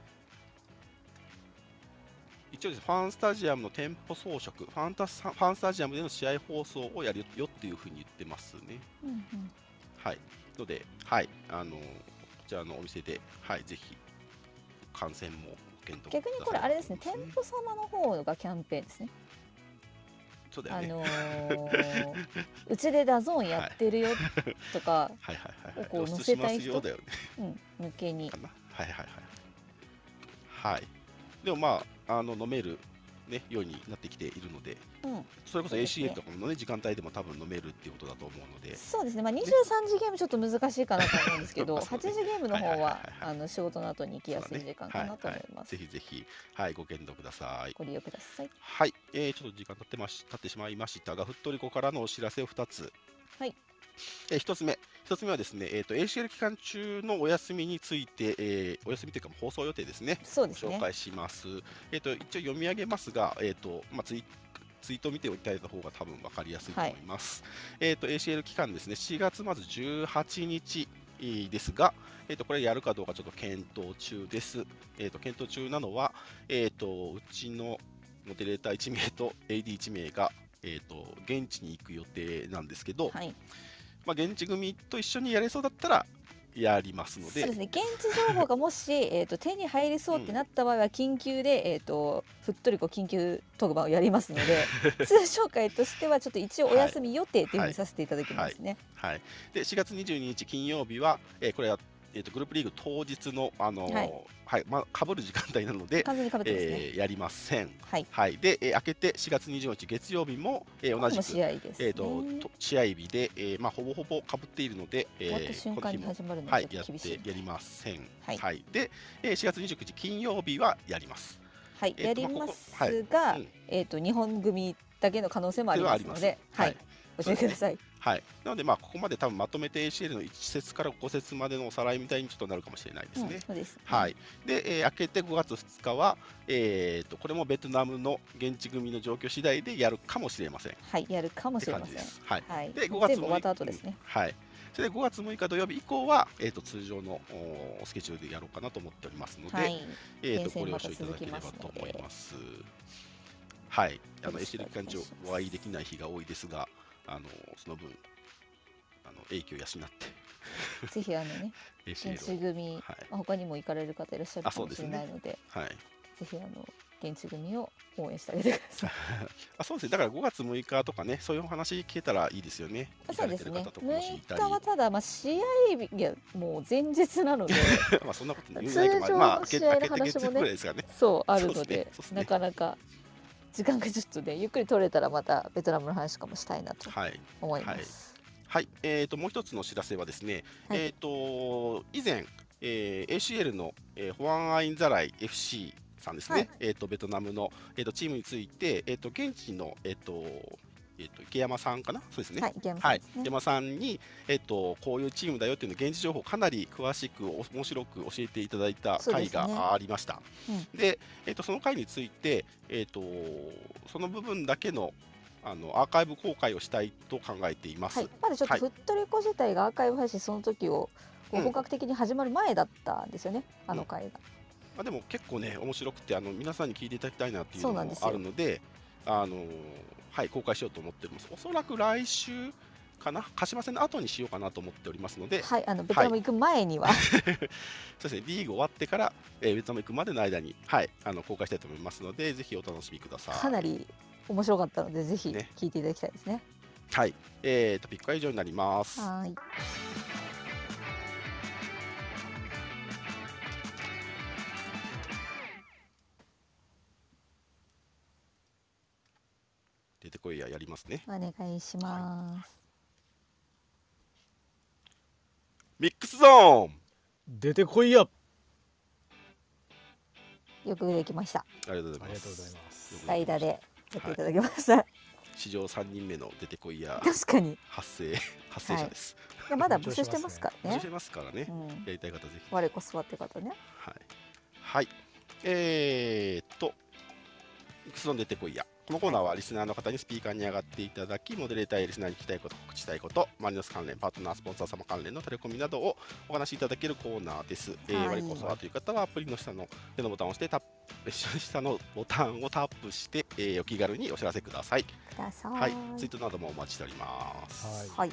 S2: 一応です、ファンスタジアムの店舗装飾、ファンタスファンスタジアムでの試合放送をやるよっていうふうに言ってますね。
S1: うんうん。
S2: はい。ので、はい、あのこちらのお店で、はい、ぜひ観戦も検討
S1: 逆にこれあれですね、店舗様の方がキャンペーンですね。
S2: そうだよね。
S1: あのー、うちでダゾーンやってるよとかをこう載せたい人向けに。
S2: かな。はいはいはい。はい。でもまああの飲めるねようになってきているので、うん、それこそ エーシーエル とかのね時間帯でも多分飲めるっていうことだと思うので。
S1: そうですね。まあにじゅうさんじゲームちょっと難しいかなと思うんですけど、ね、はちじゲームの方はあの仕事の後に行きやすい時間かなと思います。
S2: ぜひぜひはいご検討ください。
S1: ご利用ください。
S2: はい。えー、ちょっと時間経ってまし経ってしまいましたが、ふっとりこからのお知らせをふたつ。
S1: はい。
S2: えー、ひとつめ、ひとつめはですね、えーと、エーシーエル 期間中のお休みについて、えー、お休みというか放送予定ですね、
S1: そうですね、
S2: 紹介します。えーと、一応読み上げますが、えーとまあ、ツイツイートを見ておいた方が多分分かりやすいと思います。はい、えーと、エーシーエル 期間ですね、しちがつまずじゅうはちにちですが、えーと、これやるかどうかちょっと検討中です。えーと、検討中なのは、えーと、うちのモデレーターいちめいと エーディーいちめいが、えーと、現地に行く予定なんですけど、はい、まあ、現地組と一緒にやれそうだったらやりますので、
S1: そうですね、現地情報がもしえと手に入りそうってなった場合は緊急で、うん、えとふっとりこ緊急特番をやりますので通常会としてはちょっと一応お休み予定というふうにさせていただきますね。
S2: はいはいはい、でしがつにじゅうににち金曜日は、えー、これはえー、とグループリーグ当日の、あのーはいはいまあ、かぶる時間帯なので、
S1: 完全に被ってますね、
S2: えー、やりません。
S1: はい
S2: はい、で、えー、明けてしがつにじゅうよっか月曜日も、えー、同じく
S1: 試合です、ね、
S2: えー、と試合日で、えーまあ、ほぼほぼかぶっているので、
S1: えー、終わった瞬間に始まるの
S2: で、はい、やってやりません。
S1: はい
S2: はい、で、えー、しがつにじゅうくにち金曜日はやります。
S1: はい、えー、やりますが、はいうんえー、と日本組だけの可能性もありますので、はい、教えてください。
S2: はい、なので、まあ、ここまで多分まとめて エーシーエル のいち節からご節までのおさらいみたいにちょっとなるかもしれないですね。
S1: うん、そうですね
S2: はい、で、えー、明けてごがつふつかは、えー、とこれもベトナムの現地組の状況次第でやるかもしれません。
S1: はい、やるかもしれません。
S2: はい、
S1: はい、
S2: でごがつ
S1: 終わった後ですね。
S2: うん、はい。それでごがつむいか土曜日以降は、えー、と通常のスケジュールでやろうかなと思っておりますので、はい、えー、とご了承いただければと思います。はい、あの エーシーエル 期間中お会いできない日が多いですが、あのその分あの影響を養って
S1: ぜひあのね現地組、はい、他にも行かれる方いらっしゃるかもしれないので、
S2: ねはい、
S1: ぜひあの現地組を応援してあげてください。
S2: あそうですね、だからごがつむいかとかね、そういうお話聞けたらいいですよね。
S1: そうですね、むいかはただ、まあ、試合日いやもう前日なので
S2: まあそんなことない
S1: 通常の試合の話もね、そうあるので、なかなか時間がちょっとねゆっくり取れたらまたベトナムの話とかもしたいなと思います。はいはい
S2: はい、えー、ともう一つのお知らせはですね、はい、えー、と以前、えー、エーシーエル の、えー、ホアンアインザライ エフシー さんですね、はい、えー、とベトナムの、えー、とチームについて、えー、と現地の、えーとえー、と池山さんかな、そうですね、はい、池山さん、ねはい、山さんに、えー、とこういうチームだよっていうの現地情報をかなり詳しく面白く教えていただいた回がありました。で、ねうん、えー、とその回について、えー、とその部分だけのあのアーカイブ公開をしたいと考えています。はい、
S1: まだちょっとふっとりこ自体がアーカイブ配信その時を本格的に始まる前だったんですよね、うん、あの回が。
S2: まあ、でも結構ね面白くてあの皆さんに聞いていただきたいなっていうのもあるので、あのはい公開しようと思っております。おそらく来週かな、鹿島戦の後にしようかなと思っておりますので、
S1: はい、あのベトナム行く前には、はい、
S2: そうですね、リーグ終わってから、えー、ベトナム行くまでの間に、はい、あの公開したいと思いますので、ぜひお楽しみください。
S1: かなり面白かったのでぜひ聞いていただきたいですね。
S2: はい、えー、トピックは以上になります。
S1: はい。
S2: 出てこいややりますね。
S1: お願いします。はい、
S2: ミックスゾーン
S3: 出てこいや。
S1: よくできました。あ
S2: りがとうございます。
S1: 代打でやっていただきました。はい、
S2: 史上さんにんめの出てこいや
S1: 確かに
S2: 発生発生者です。
S1: はい、いやまだ募集してますからね。
S2: 募集してますからね。うん、やりたい方ぜひ。
S1: 我こそはって方ね。
S2: はい。はい。えー、っとミックスゾーン出てこいや。このコーナーはリスナーの方にスピーカーに上がっていただき、モデレーターやリスナーに聞きたいこと、告知したいこと、マリノス関連、パートナー、スポンサー様関連のタレコミなどをお話しいただけるコーナーです。はい、えー、我こそはという方はアプリの下の手のボタンを押してタップ下のボタンをタップして、えー、お気軽にお知らせください。
S1: ください。
S2: はい、ツイートなどもお待ちしております。
S1: はい。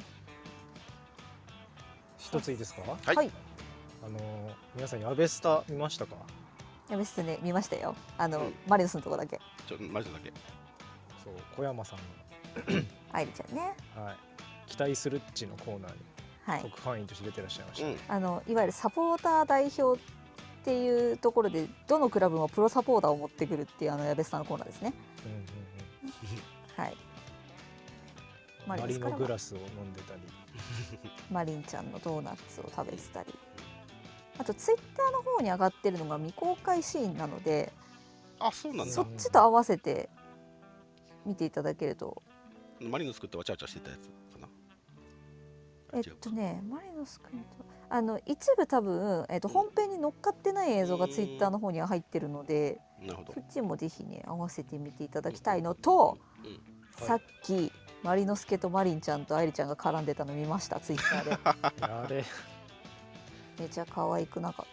S3: 一ついいですか？
S1: はい。
S3: あの皆さんヤベスタ見ましたか？
S1: やべっすね見ましたよ。あの、
S2: うん、
S1: マリノスのとこだけ。
S2: ちょマジだけ。
S3: そう小山さん
S1: 愛理ちゃんね。
S3: の、はい、期待するっちのコーナーに
S1: はい。
S3: 特派員として出てらっしゃいました、
S2: うん、
S1: あのいわゆるサポーター代表っていうところでどのクラブもプロサポーターを持ってくるっていうあの矢部さんのコーナーですね。
S3: うんうんうん
S1: はい。マリ
S3: マリ
S1: ノスからは
S3: ノグラスを飲んでたり、
S1: マリンちゃんのドーナツを食べてたり、あとツイッターの方に上がってるのが未公開シーンなので、
S2: あ、そうなんだ。
S1: そっちと合わせて見ていただけると、
S2: マリノスクってわちゃわちゃしてたやつかな。
S1: えっとねマリノス君とあの一部多分、えっと、本編に乗っかってない映像がツイッターの方には入ってるので、
S2: なるほど。
S1: そっちもぜひね合わせて見ていただきたいのと、
S2: うんうん
S3: はい
S1: さっきマリノスケとマリンちゃんと愛理ちゃんが絡んでたの見ましたツイッターで。
S3: あれ
S1: めちゃ可愛くなかった。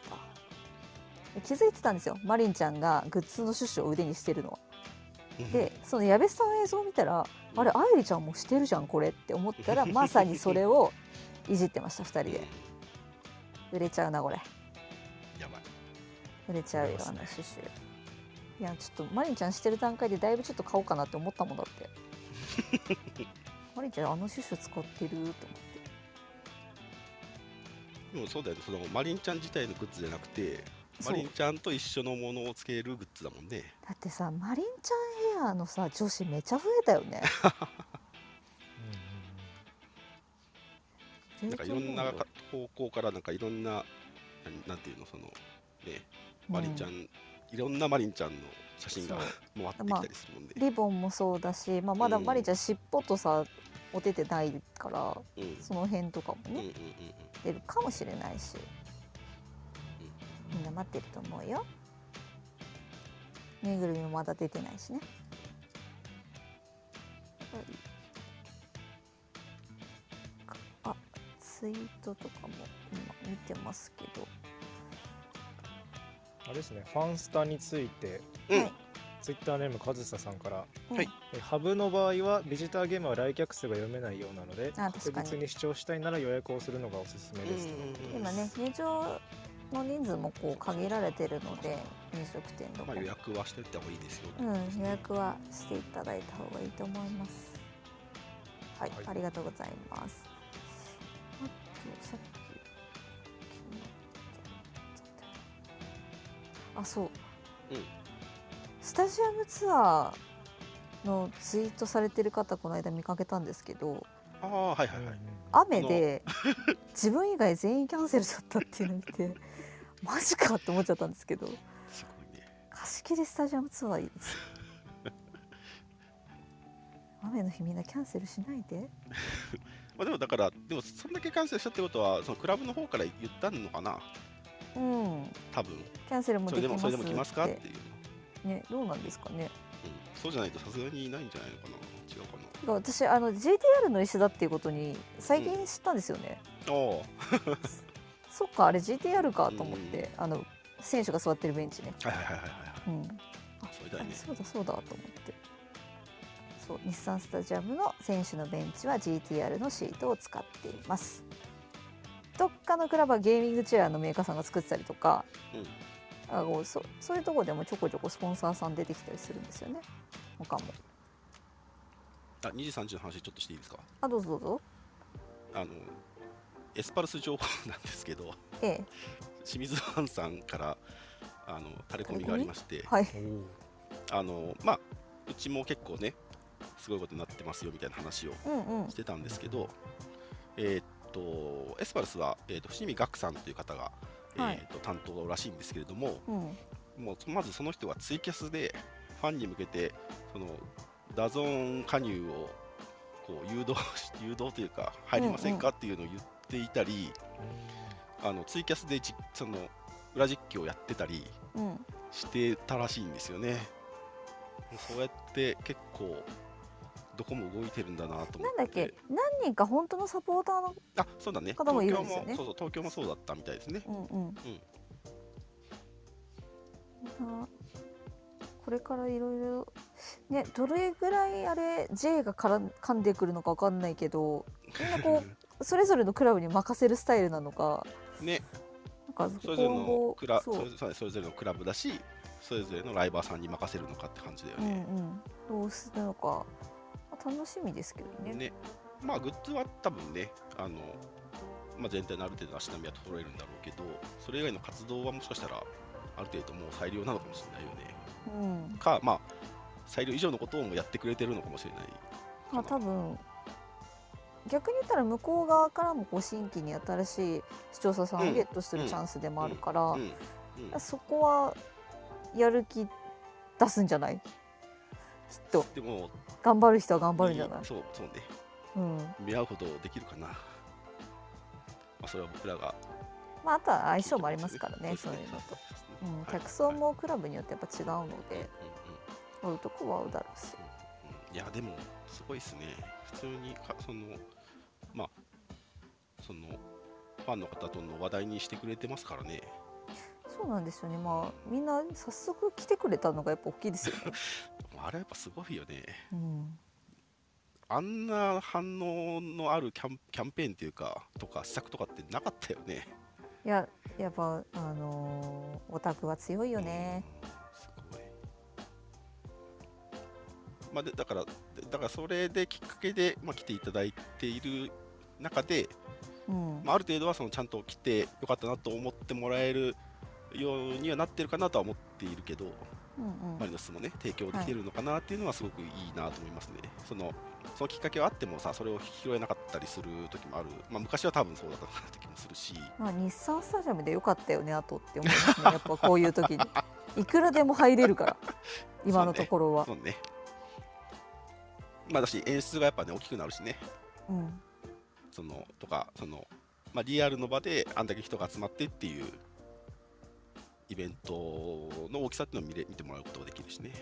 S1: 気づいてたんですよ、マリンちゃんがグッズのシュッシュを腕にしてるのは。でその矢部さんの映像を見たら、あれ愛理ちゃんもしてるじゃんこれって思ったら、まさにそれをいじってましたふたりで。売れちゃうなこれ。
S2: やばい。
S1: 売れちゃうよあのシュッシュ。いやちょっとマリンちゃんしてる段階でだいぶちょっと買おうかなって思ったもんだって。マリンちゃんあのシュッシュ使ってると思って。
S2: でもそうだよね、そのマリンちゃん自体のグッズじゃなくて、
S1: そう
S2: マリンちゃんと一緒のものをつけるグッズだもんね。
S1: だってさマリンちゃんヘアのさ女子めちゃ増えたよね。
S2: なんかいろんなか方向からなんかいろんななんなんていうのそのねマリンちゃん、
S1: うん
S2: いろんなマリンちゃんの写真が
S1: そう
S2: 回ってきたりするもんね。
S1: リボンもそうだし、まあ、まだ
S2: うん
S1: マリンちゃん尻尾とさお手てないから
S2: うん
S1: その辺とかもね、
S2: うんうんうん
S1: 出るかもしれないし、みんな待ってると思うよ。ぬいぐるみもまだ出てないしね。あ、ツイートとかも今見てますけど、
S3: あれですね、ファンスタについて、
S2: うん
S1: はい
S3: ツイッターネームかずささんから、
S2: はい
S3: えハブの場合はビジターゲームは来客数が読めないようなので、
S1: あ確かに
S3: 確実に視聴したいなら予約をするのがおすすめですと。
S1: 今ね入場の人数もこう限られてるので飲食店とかも、
S2: まあ予約はしておいた方がいいですよ。
S1: うん、予約はしていただいた方がいいと思います。はい、
S3: はい
S1: ありがとうございます。あとさっきあそう、
S2: うん
S1: スタジアムツアーのツイートされてる方この間見かけたんですけど、
S2: ああはいはいはい。
S1: 雨で自分以外全員キャンセルしちゃったっていうのを見てマジかって思っちゃったんですけど、
S2: すごいね。
S1: 貸し切りスタジアムツアーいいですよ。雨の日みんなキャンセルしないで。
S2: まあでもだからでもそんだけキャンセルしたってことはそのクラブの方から言ったのかな。
S1: うん、
S2: 多分。
S1: キャンセルも
S2: それでも
S1: できますって
S2: それでも来ますかっていう。
S1: ね、どうなんですかね。
S2: うん、そうじゃないとさすがにいないんじゃないのかな。違うかな。
S1: てか私あの ジーティーアール の石だっていうことに最近知ったんですよね。
S2: おお。
S1: そっかあれ ジーティーアール かと思って、あの選手が座ってるベンチね。
S2: はいはいはいはいはい。
S1: うん、
S2: それだよね。
S1: そうだそうだと思って。そう日産スタジアムの選手のベンチは ジーティーアール のシートを使っています。どっかのクラブはゲーミングチェアのメーカーさんが作ってたりとか、
S2: うん
S1: あのそそういうところでもちょこちょこスポンサーさん出てきたりするんですよね。他も。
S2: あ、にじさんじの話ちょっとしていいですか。
S1: あどうぞどうぞ。
S2: あのエスパルス情報なんですけど、
S1: ええ
S2: 清水ファンさんからあのタレコミがありまして、
S1: はい。
S2: あのまあうちも結構ねすごいことになってますよみたいな話を
S1: うんうん
S2: してたんですけど、えーっとエスパルスは、えーっと伏見岳さんという方が、
S1: はい
S2: えーっと担当らしいんですけれども、
S1: うん
S2: もうまずその人がツイキャスでファンに向けてそのダゾーン加入をこう誘導し誘導というか入りませんかっていうのを言っていたり、あのツイキャスでじその裏実況をやってたり
S1: うん
S2: してたらしいんですよね。そうやって結構どこも動いてるんだなと思って。
S1: なんだっけ何人か本当のサポーターの
S2: あ、そうだね。
S1: 方もいるん
S2: 東
S1: ですよね
S2: 京もそうそう東京もそうだったみたいですね。
S1: うんうん、あこれからいろいろねどれぐらいあれ J がから噛んでくるのかわかんないけどみんなこうそれぞれのクラブに任せるスタイルなのか
S2: ね。
S1: か
S2: それぞれの
S1: 今後
S2: クラ
S1: そう
S2: それぞれそれぞれのクラブだし、それぞれのライバーさんに任せるのかって感じだよ
S1: うんう
S2: ね。
S1: んどうするのか楽しみですけどね。
S2: ね、まあグッズは多分ね、あの、まあ、全体のある程度の足並みは揃えるんだろうけど、それ以外の活動はもしかしたらある程度もう裁量なのかもしれないよね。
S1: うん
S2: か、まあ裁量以上のことをもやってくれてるのかもしれないか
S1: まあ
S2: な。
S1: 多分逆に言ったら向こう側からもこう新規に新しい視聴者さんをゲットするチャンスでもあるから、
S2: うんうん
S1: そこはやる気出すんじゃないきっと。
S2: でも
S1: 頑張る人は頑張るんじゃない。
S2: そうそうね、
S1: うん
S2: 見合うほどできるかな。まあ、それは僕らが
S1: まあ、あとは相性もありますからね、
S2: そですね
S1: そうういうのと、
S2: そうですね
S1: うん、
S2: はい
S1: 客層もクラブによってやっぱ違うの
S2: うんうん
S1: で、合うとこは合うだろうし。
S2: うんいやでもすごいですね。普通にかそのまあそのファンの方との話題にしてくれてますからね。
S1: そうなんですよね。まあみんな早速来てくれたのがやっぱ大きいですよね。
S2: あれやっぱすごいよね。
S1: うん
S2: あんな反応のあるキャンキャンペーンっていうかとか施策とかってなかったよね。
S1: いややっぱあのーオタクは強いよね。
S2: うんすごい。まあでだからだからそれできっかけでまあ来ていただいている中で、
S1: うん
S2: まあ、ある程度はそのちゃんと来てよかったなと思ってもらえるようにはなってるかなとは思っているけど、
S1: うんうん
S2: マリノスもね提供できてるのかなっていうのはすごくいいなと思いますね。そのそのきっかけはあってもさ、それを拾えなかったりする時もある。まあ昔は多分そうだったかなって気もするし、
S1: まあ、日産スタジアムでよかったよねあとって思いますね。やっぱこういう時にいくらでも入れるから今のところは
S2: そうね。まあだし演出がやっぱね大きくなるしね。
S1: うん
S2: そのとかそのまあリアルの場であんだけ人が集まってっていうイベントの大きさっていうのを見れ見てもらうことができるしね。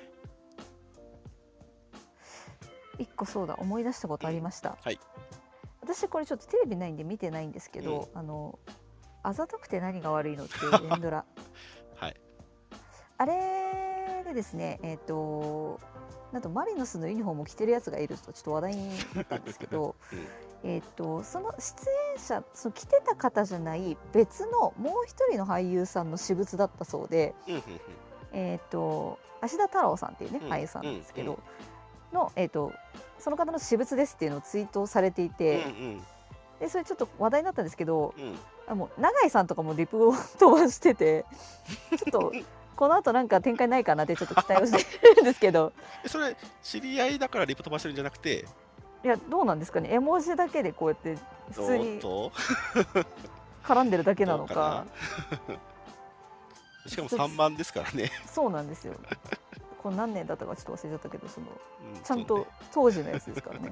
S1: 一個そうだ思い出したことありました、
S2: はい。
S1: 私これちょっとテレビないんで見てないんですけど、あのあざとくて何が悪いのっていう連ドラ
S2: はい。
S1: あれでですねえっ、となんとマリノスのユニフォームを着てるやつがいるとちょっと話題になったんですけど、
S2: うん
S1: えっとその出演者その着てた方じゃない別のもう一人の俳優さんの私物だったそうで、
S2: うんうん
S1: えっと芦田太郎さんっていうね、
S2: うん
S1: 俳優さんなんですけど、
S2: うん
S1: の、えっとその方の私物ですっていうのをツイートされていて、
S2: うん
S1: でそれちょっと話題になったんですけど、
S2: うんうん
S1: あもう永井さんとかもリプを飛ばしててちょっとこの後なんか展開ないかなってちょっと期待をしてるんですけど
S2: えそれ知り合いだからリプ飛ばしてるんじゃなくて、
S1: いやどうなんですかね、絵文字だけでこうやって普通に
S2: どうと
S1: 絡んでるだけなのか。
S2: どうかなしかもさんばんですからね。
S1: そうなんですよ。これ何年だったかちょっと忘れちゃったけど、その
S2: うん
S1: ちゃんと
S2: そうね
S1: 当時のやつですからね。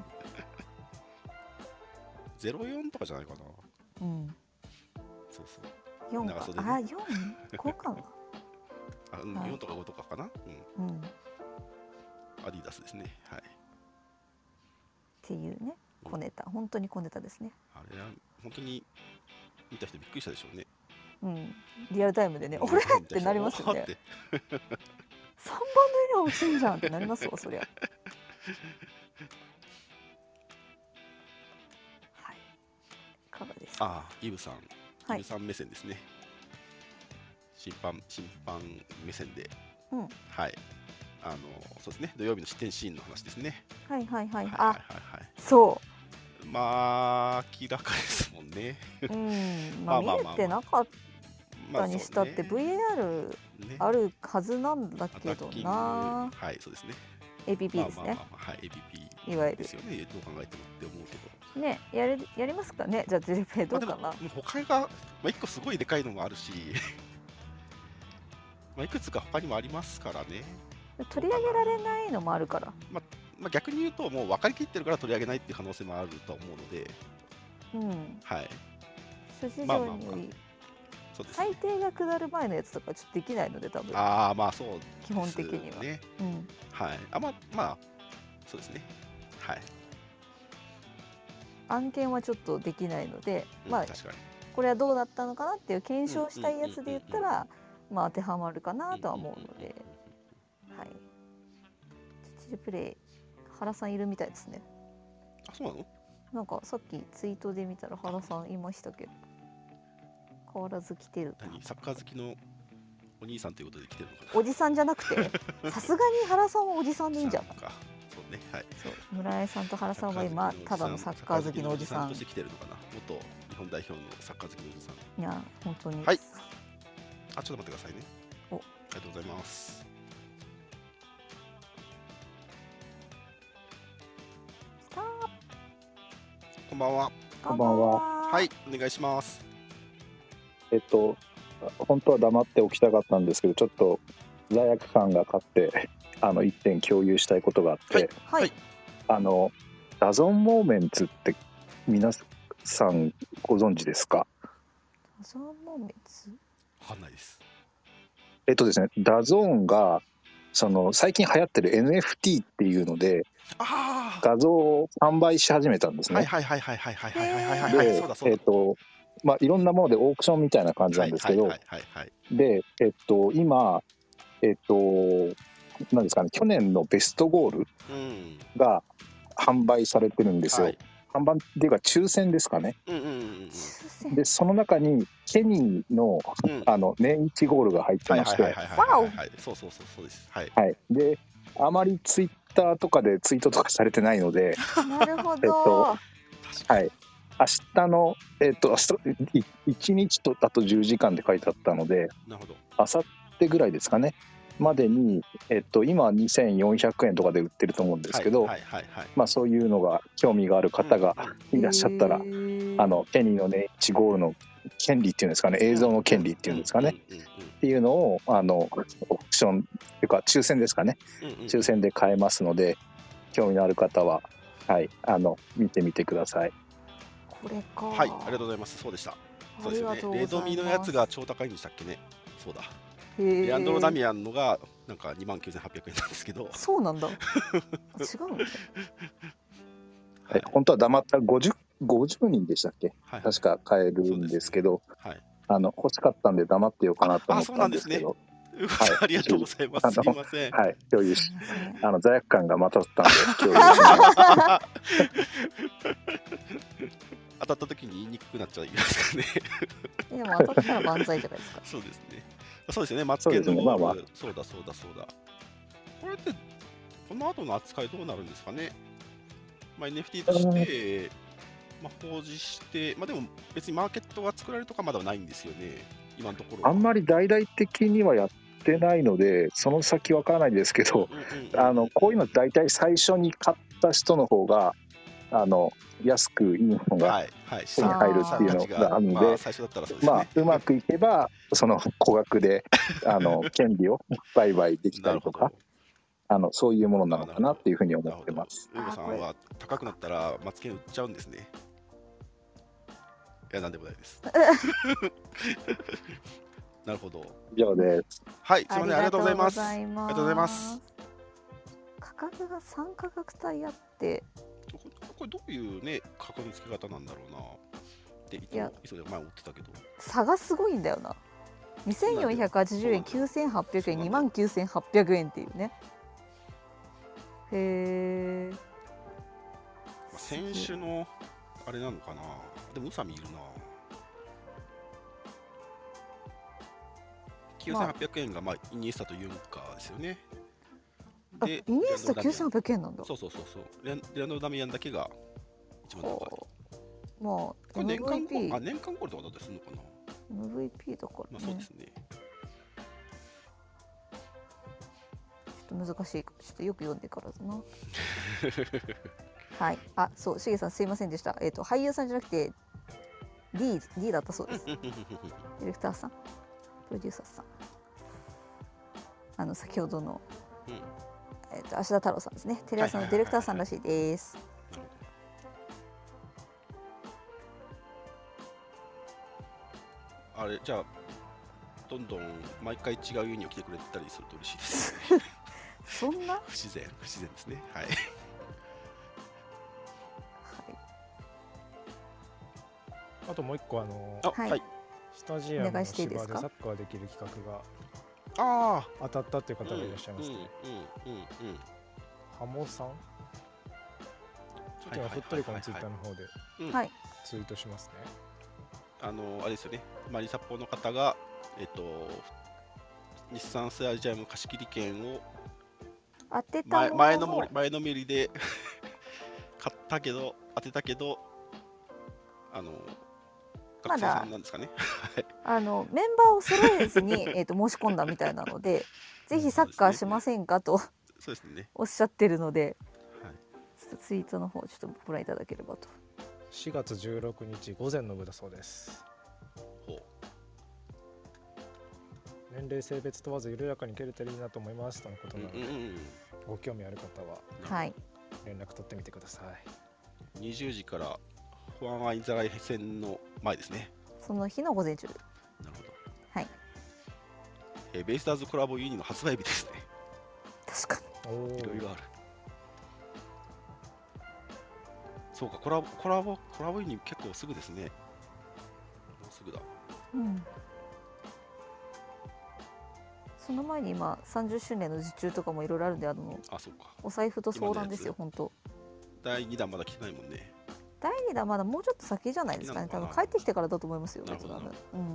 S2: ゼロよんとかじゃないかな。
S1: うん。
S2: そうそう。
S1: 四か。
S2: 長袖ね
S1: あ、四、五かな。
S2: あ、うん
S1: はい
S2: よんとかごとかかな。うん。
S1: うん。っ
S2: アディダスですね。はい。
S1: ていうね、小ネタ、本当に小ネタですね。
S2: あれは本当に見た人びっくりしたでしょうね。
S1: うん。リアルタイムでね、
S2: うん
S1: 俺ってなりますよね
S2: おーっ。て
S1: 三番の色落ちんじゃんってなりますわ、そりゃ。はい。いかがですか。
S2: ああ、イブさん、
S1: はい
S2: イブさん目線ですね。審判審判目線で、
S1: うん。
S2: はい。あのそうですね。土曜日の失点シーンの話ですね。
S1: はいはいはい。
S2: はいはい
S1: あ、
S2: はいはい。
S1: そ
S2: まあ明らかですもんね。
S1: う。うん。まあ見
S2: まあまあまあまあ
S1: れてなかっ
S2: ま
S1: たにしたって ブイエーアール
S2: ね
S1: あるはずなんだ
S2: アタ
S1: けど
S2: ッキング
S1: な。
S2: はいそうですね。
S1: エーピーピー ですね
S2: まあまあま。あまあはい エーピーピー
S1: いわゆる
S2: ですよね。どう考えてもって思うけど。
S1: ね、やれやりますかね。じゃあゼルペイどうかな。
S2: まあでももう他がまあ一個すごいでかいのもあるし、まあいくつか他にもありますからね。
S1: 取り上げられないのもあるから。
S2: まあ逆に言うともう分かりきってるから取り上げないっていう可能性もあると思うので、
S1: うん。
S2: はい。
S1: 筋
S2: まあまあまあ
S1: 状により
S2: そうですね。
S1: 最低が下る前のやつとかちょっとできないので多分。
S2: ああまあそうですね。
S1: 基本的には
S2: ね。
S1: うん。
S2: はい。あまあまあそうですね。はい。
S1: 案件はちょっとできないので、まあ
S2: うん確かに。
S1: これはどうだったのかなっていう検証したいやつで言ったら、まあ当てはまるかなとは思うので、はい。チルプレイ原さんいるみたいですね。
S2: あそうなの？
S1: なんかさっきツイートで見たら原さんいましたけど、 変わらず来てる。
S2: 何サッカー好きのお兄さんということで来てるのかな。
S1: おじさんじゃなくて、さすがに原さんはおじさんでいいんじゃない。
S2: かそうね、はい。
S1: そう村江さんと原さんは今ただのサッカー好きのおじさん
S2: として来てるのかな。元日本代表のサッカー好きのおじさん。
S1: いや本当に。
S2: はい。あ、ちょっと待ってくださいね。
S1: お、
S2: ありがとうございます。
S1: スタート。
S2: こんばんは。
S4: こんばんは。
S2: はい、お願いします。
S4: えっと本当は黙っておきたかったんですけど、ちょっと罪悪感が勝ってあの一点共有したいことがあって、
S1: はい、
S4: あのダゾンモーメンツって皆さんご存知ですか？
S1: ダゾーンモーメンツ？
S2: わかんないです。
S4: えっとですね、ダゾーンがその最近流行ってる エヌエフティー っていうので
S2: あ
S4: 画像を販売し始めたんです
S2: あ、はい
S4: ね。
S2: はいはいはいはいはいはいはいはいはい、
S4: で
S2: そうだそうだ。
S4: えっとまあいろんなものでオークションみたいな感じなんですけど、
S2: はいはいはいはい。
S4: でえっと今えっとなんですかね、去年のベストゴール
S2: うん。
S4: が販売されてるんですよ。
S2: はい。
S4: 販売っていうか抽選ですかね。
S2: うんうんうん
S1: 抽選。
S4: でその中にケニーの
S2: うん。うん。
S4: あの年一ゴールが入って
S2: はいはい
S4: まして、
S2: はいはいはいはい。そうそうそうそうです。はい。
S4: はい、であまりツイッターとかでツイートとかされてないので、
S1: なるほ
S4: えっと
S1: ど。
S4: はい、明日のえっと明日いいちにちとあとじゅうじかんで書いてあったので、
S2: なるほど。
S4: 明後日ぐらいですかねまでに、えっと、今はにせんよんひゃくえんとかで売ってると思うんですけど、
S2: はいはいはいはい。
S4: まあ、そういうのが興味がある方がいらっしゃったら、
S1: へー
S4: あのケニーの年一ゴールの権利っていうんですかね、映像の権利っていうんですかね、
S2: うんうんうん
S4: っていうのをあのオークションっていうか抽選ですかね、
S2: うんうんうん。
S4: 抽選で買えますので、興味のある方は、はい、あの見てみてください。
S1: これか。
S2: はい、ありがとうございます。そうでした。そうですよね。レドミのやつが超高いんでしたっけね。そうだ。レアンドロ・ダミアンのがなんかにまんきゅうせんはっぴゃくえんなんですけど。
S1: そうなんだ。違うのね。
S4: はい、本当は黙ったごじゅう、ごじゅうにんでしたっけ、
S2: はい、
S4: 確か買えるんですけど、
S2: はい、
S4: あの欲しかったんで黙ってようかなと思っ
S2: あ、そうなんでね。
S4: たんですすけど、
S2: はい、ありがとうございます。すいません。
S4: はい、共有し
S1: すいません
S4: あの罪悪感が勝ったんで共有します
S2: 当たった時に言いにくくなっちゃいますかね。
S1: でも当たったら万歳じゃないですか。
S2: そうですね。そうですよね。マツケンのゴール、
S4: そうですねまあまあ
S2: そうだそうだそうだ。これってこの後の扱いどうなるんですかね。まあ、エヌエフティー として、まあ、放示して、まあ、でも別にマーケットが作られるとかまだはないんですよね。今のところは。
S4: あんまり大々的にはやってないのでその先わからないですけど、あのこういうの大体最初に買った人の方があの安くいいのが
S2: はいはい、
S4: 手に入るっていうのがあるので、
S2: 最初だったらそうですね。
S4: まあうまくいけばその高額であの権利を売買できたりとか、あのそういうものなのかなっていうふうに思ってます。
S2: ウーゴさんは高くなったらマツケン売っちゃうんですね。いや、なんでもないです。なるほど。
S4: 以上です。
S2: はい、すみません、ありがとうございます。
S1: あり
S2: がとうございます。
S1: 価格がさん価格帯あって、
S2: これどういうね価格の付け方なんだろうな。っていつもいつも前思ってたけど。
S1: 差がすごいんだよな。にせんよんひゃくはちじゅうえん、きゅうせんはっぴゃくえん、にまんきゅうせんはっぴゃくえんっていうね。へえ。
S2: 選手のあれなのかな。でも宇佐美いるな。きゅうせんはっぴゃくえんがまあイニエスタとユンカーですよね。
S1: でイニエスタきゅうせんはっぴゃくえんなんだ。
S2: そうそうそうそう。レアンドロ・ダミアンだけが一番高い。
S1: まあ
S2: これ年間ゴール、あ、年間ゴールとかだったりするのかな。
S1: エムブイピー だからね。
S2: まあそうですね。
S1: ちょっと難しい。ちょっとよく読んでからだな。はい。あ、そう、しげさんすいませんでした。えっと俳優さんじゃなくて D D だったそうです。ディレクターさん、プロデューサーさん。あの先ほどの、うん、えっと芦田太郎さんですね。テレ朝のディレクターさんらしいです。
S2: あれじゃあどんどん毎回違うユニを着てくれたりすると嬉しいですね。
S1: そんな
S2: 不自然不自然ですね。はい。
S3: あともう一個あの
S2: あ、はい、
S3: スタジアムの芝でサッカーできる企画が
S2: あ
S3: 当たったっていう方がいらっしゃいますね。ハモさん。ちょっとふっとりこのツイッターの方でツイートしますね。
S2: あのあれですよね、マリサポの方が、えっと、日産スタジアム貸切券を
S1: 当てた
S2: 前
S1: も
S2: 前のも
S1: のの、
S2: 前のめりで買ったけど、当てたけど、あの学生さんなんですかね。
S1: あのメンバーを揃えずにえーと申し込んだみたいなので、ぜひサッカーしませんかと
S2: そうですね。
S1: おっしゃってるので、
S2: はい
S1: ちょっとツイートの方ちょっとご覧いただければと。
S3: しがつじゅうろくにち午前の部だそうです。
S2: ほう
S3: 年齢性別問わず緩やかに蹴れてるいいなと思いますとのことなので、
S2: うんうんうん、
S3: ご興味ある方は
S1: はい。
S3: 連絡取ってみてください。
S2: にじゅうじからファンアイザライ戦の前ですね。
S1: その日の午前中。
S2: なるほど。
S1: はい。
S2: えーベイスターズコラボユニの発売日ですね。
S1: 確かに。
S3: おお。
S2: いろいろある。そうか、コラボコラボコラボユニ結構すぐですね。もうすぐだ。
S1: うん。その前に今さんじゅっしゅうねんの受注とかもいろいろあるんで、あの
S2: あ、そうか。
S1: お財布と相談ですよ本当。
S2: だいにだんまだ来てないもんね。
S1: だいにだんまだもうちょっと先じゃないですかね。多
S2: 先なのかな
S1: 分帰ってきてからだと思いますよ。
S2: なるほど
S1: ベトナム。うん。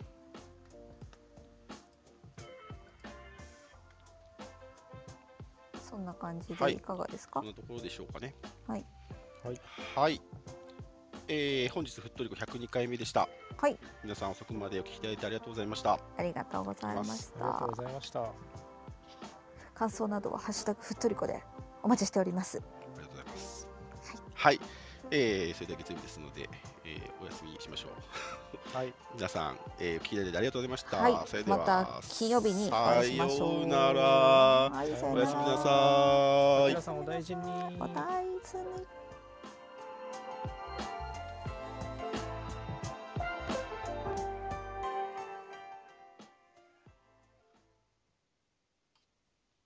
S1: そんな感じ
S2: はい
S1: でいかがですか。
S2: こんなところでしょうかね。
S1: はい。
S3: はい。
S2: はい。えー本日ふっとりこひゃくにかいめでした。
S1: はい。
S2: 皆さん遅くまでお聞きいただいてありがとうございました。
S1: ありがとうございまし
S3: ありがとうご
S1: た。
S3: ざいました。
S1: 感想などはハッシュタグふっとりこでお待ちしております。
S2: ありがとうございます。はい。えーそれでは月曜日ですので、えーお休みしましょう。
S3: はい。
S2: 皆さん、えー、お聞きいただいてありがとうございました。
S1: はい
S2: それでは
S1: また金曜日にお会いしましょう。
S2: さようなら。
S1: はい、さようなら
S2: おやすみなさい。
S3: 皆さんお大事に。
S1: お大事に。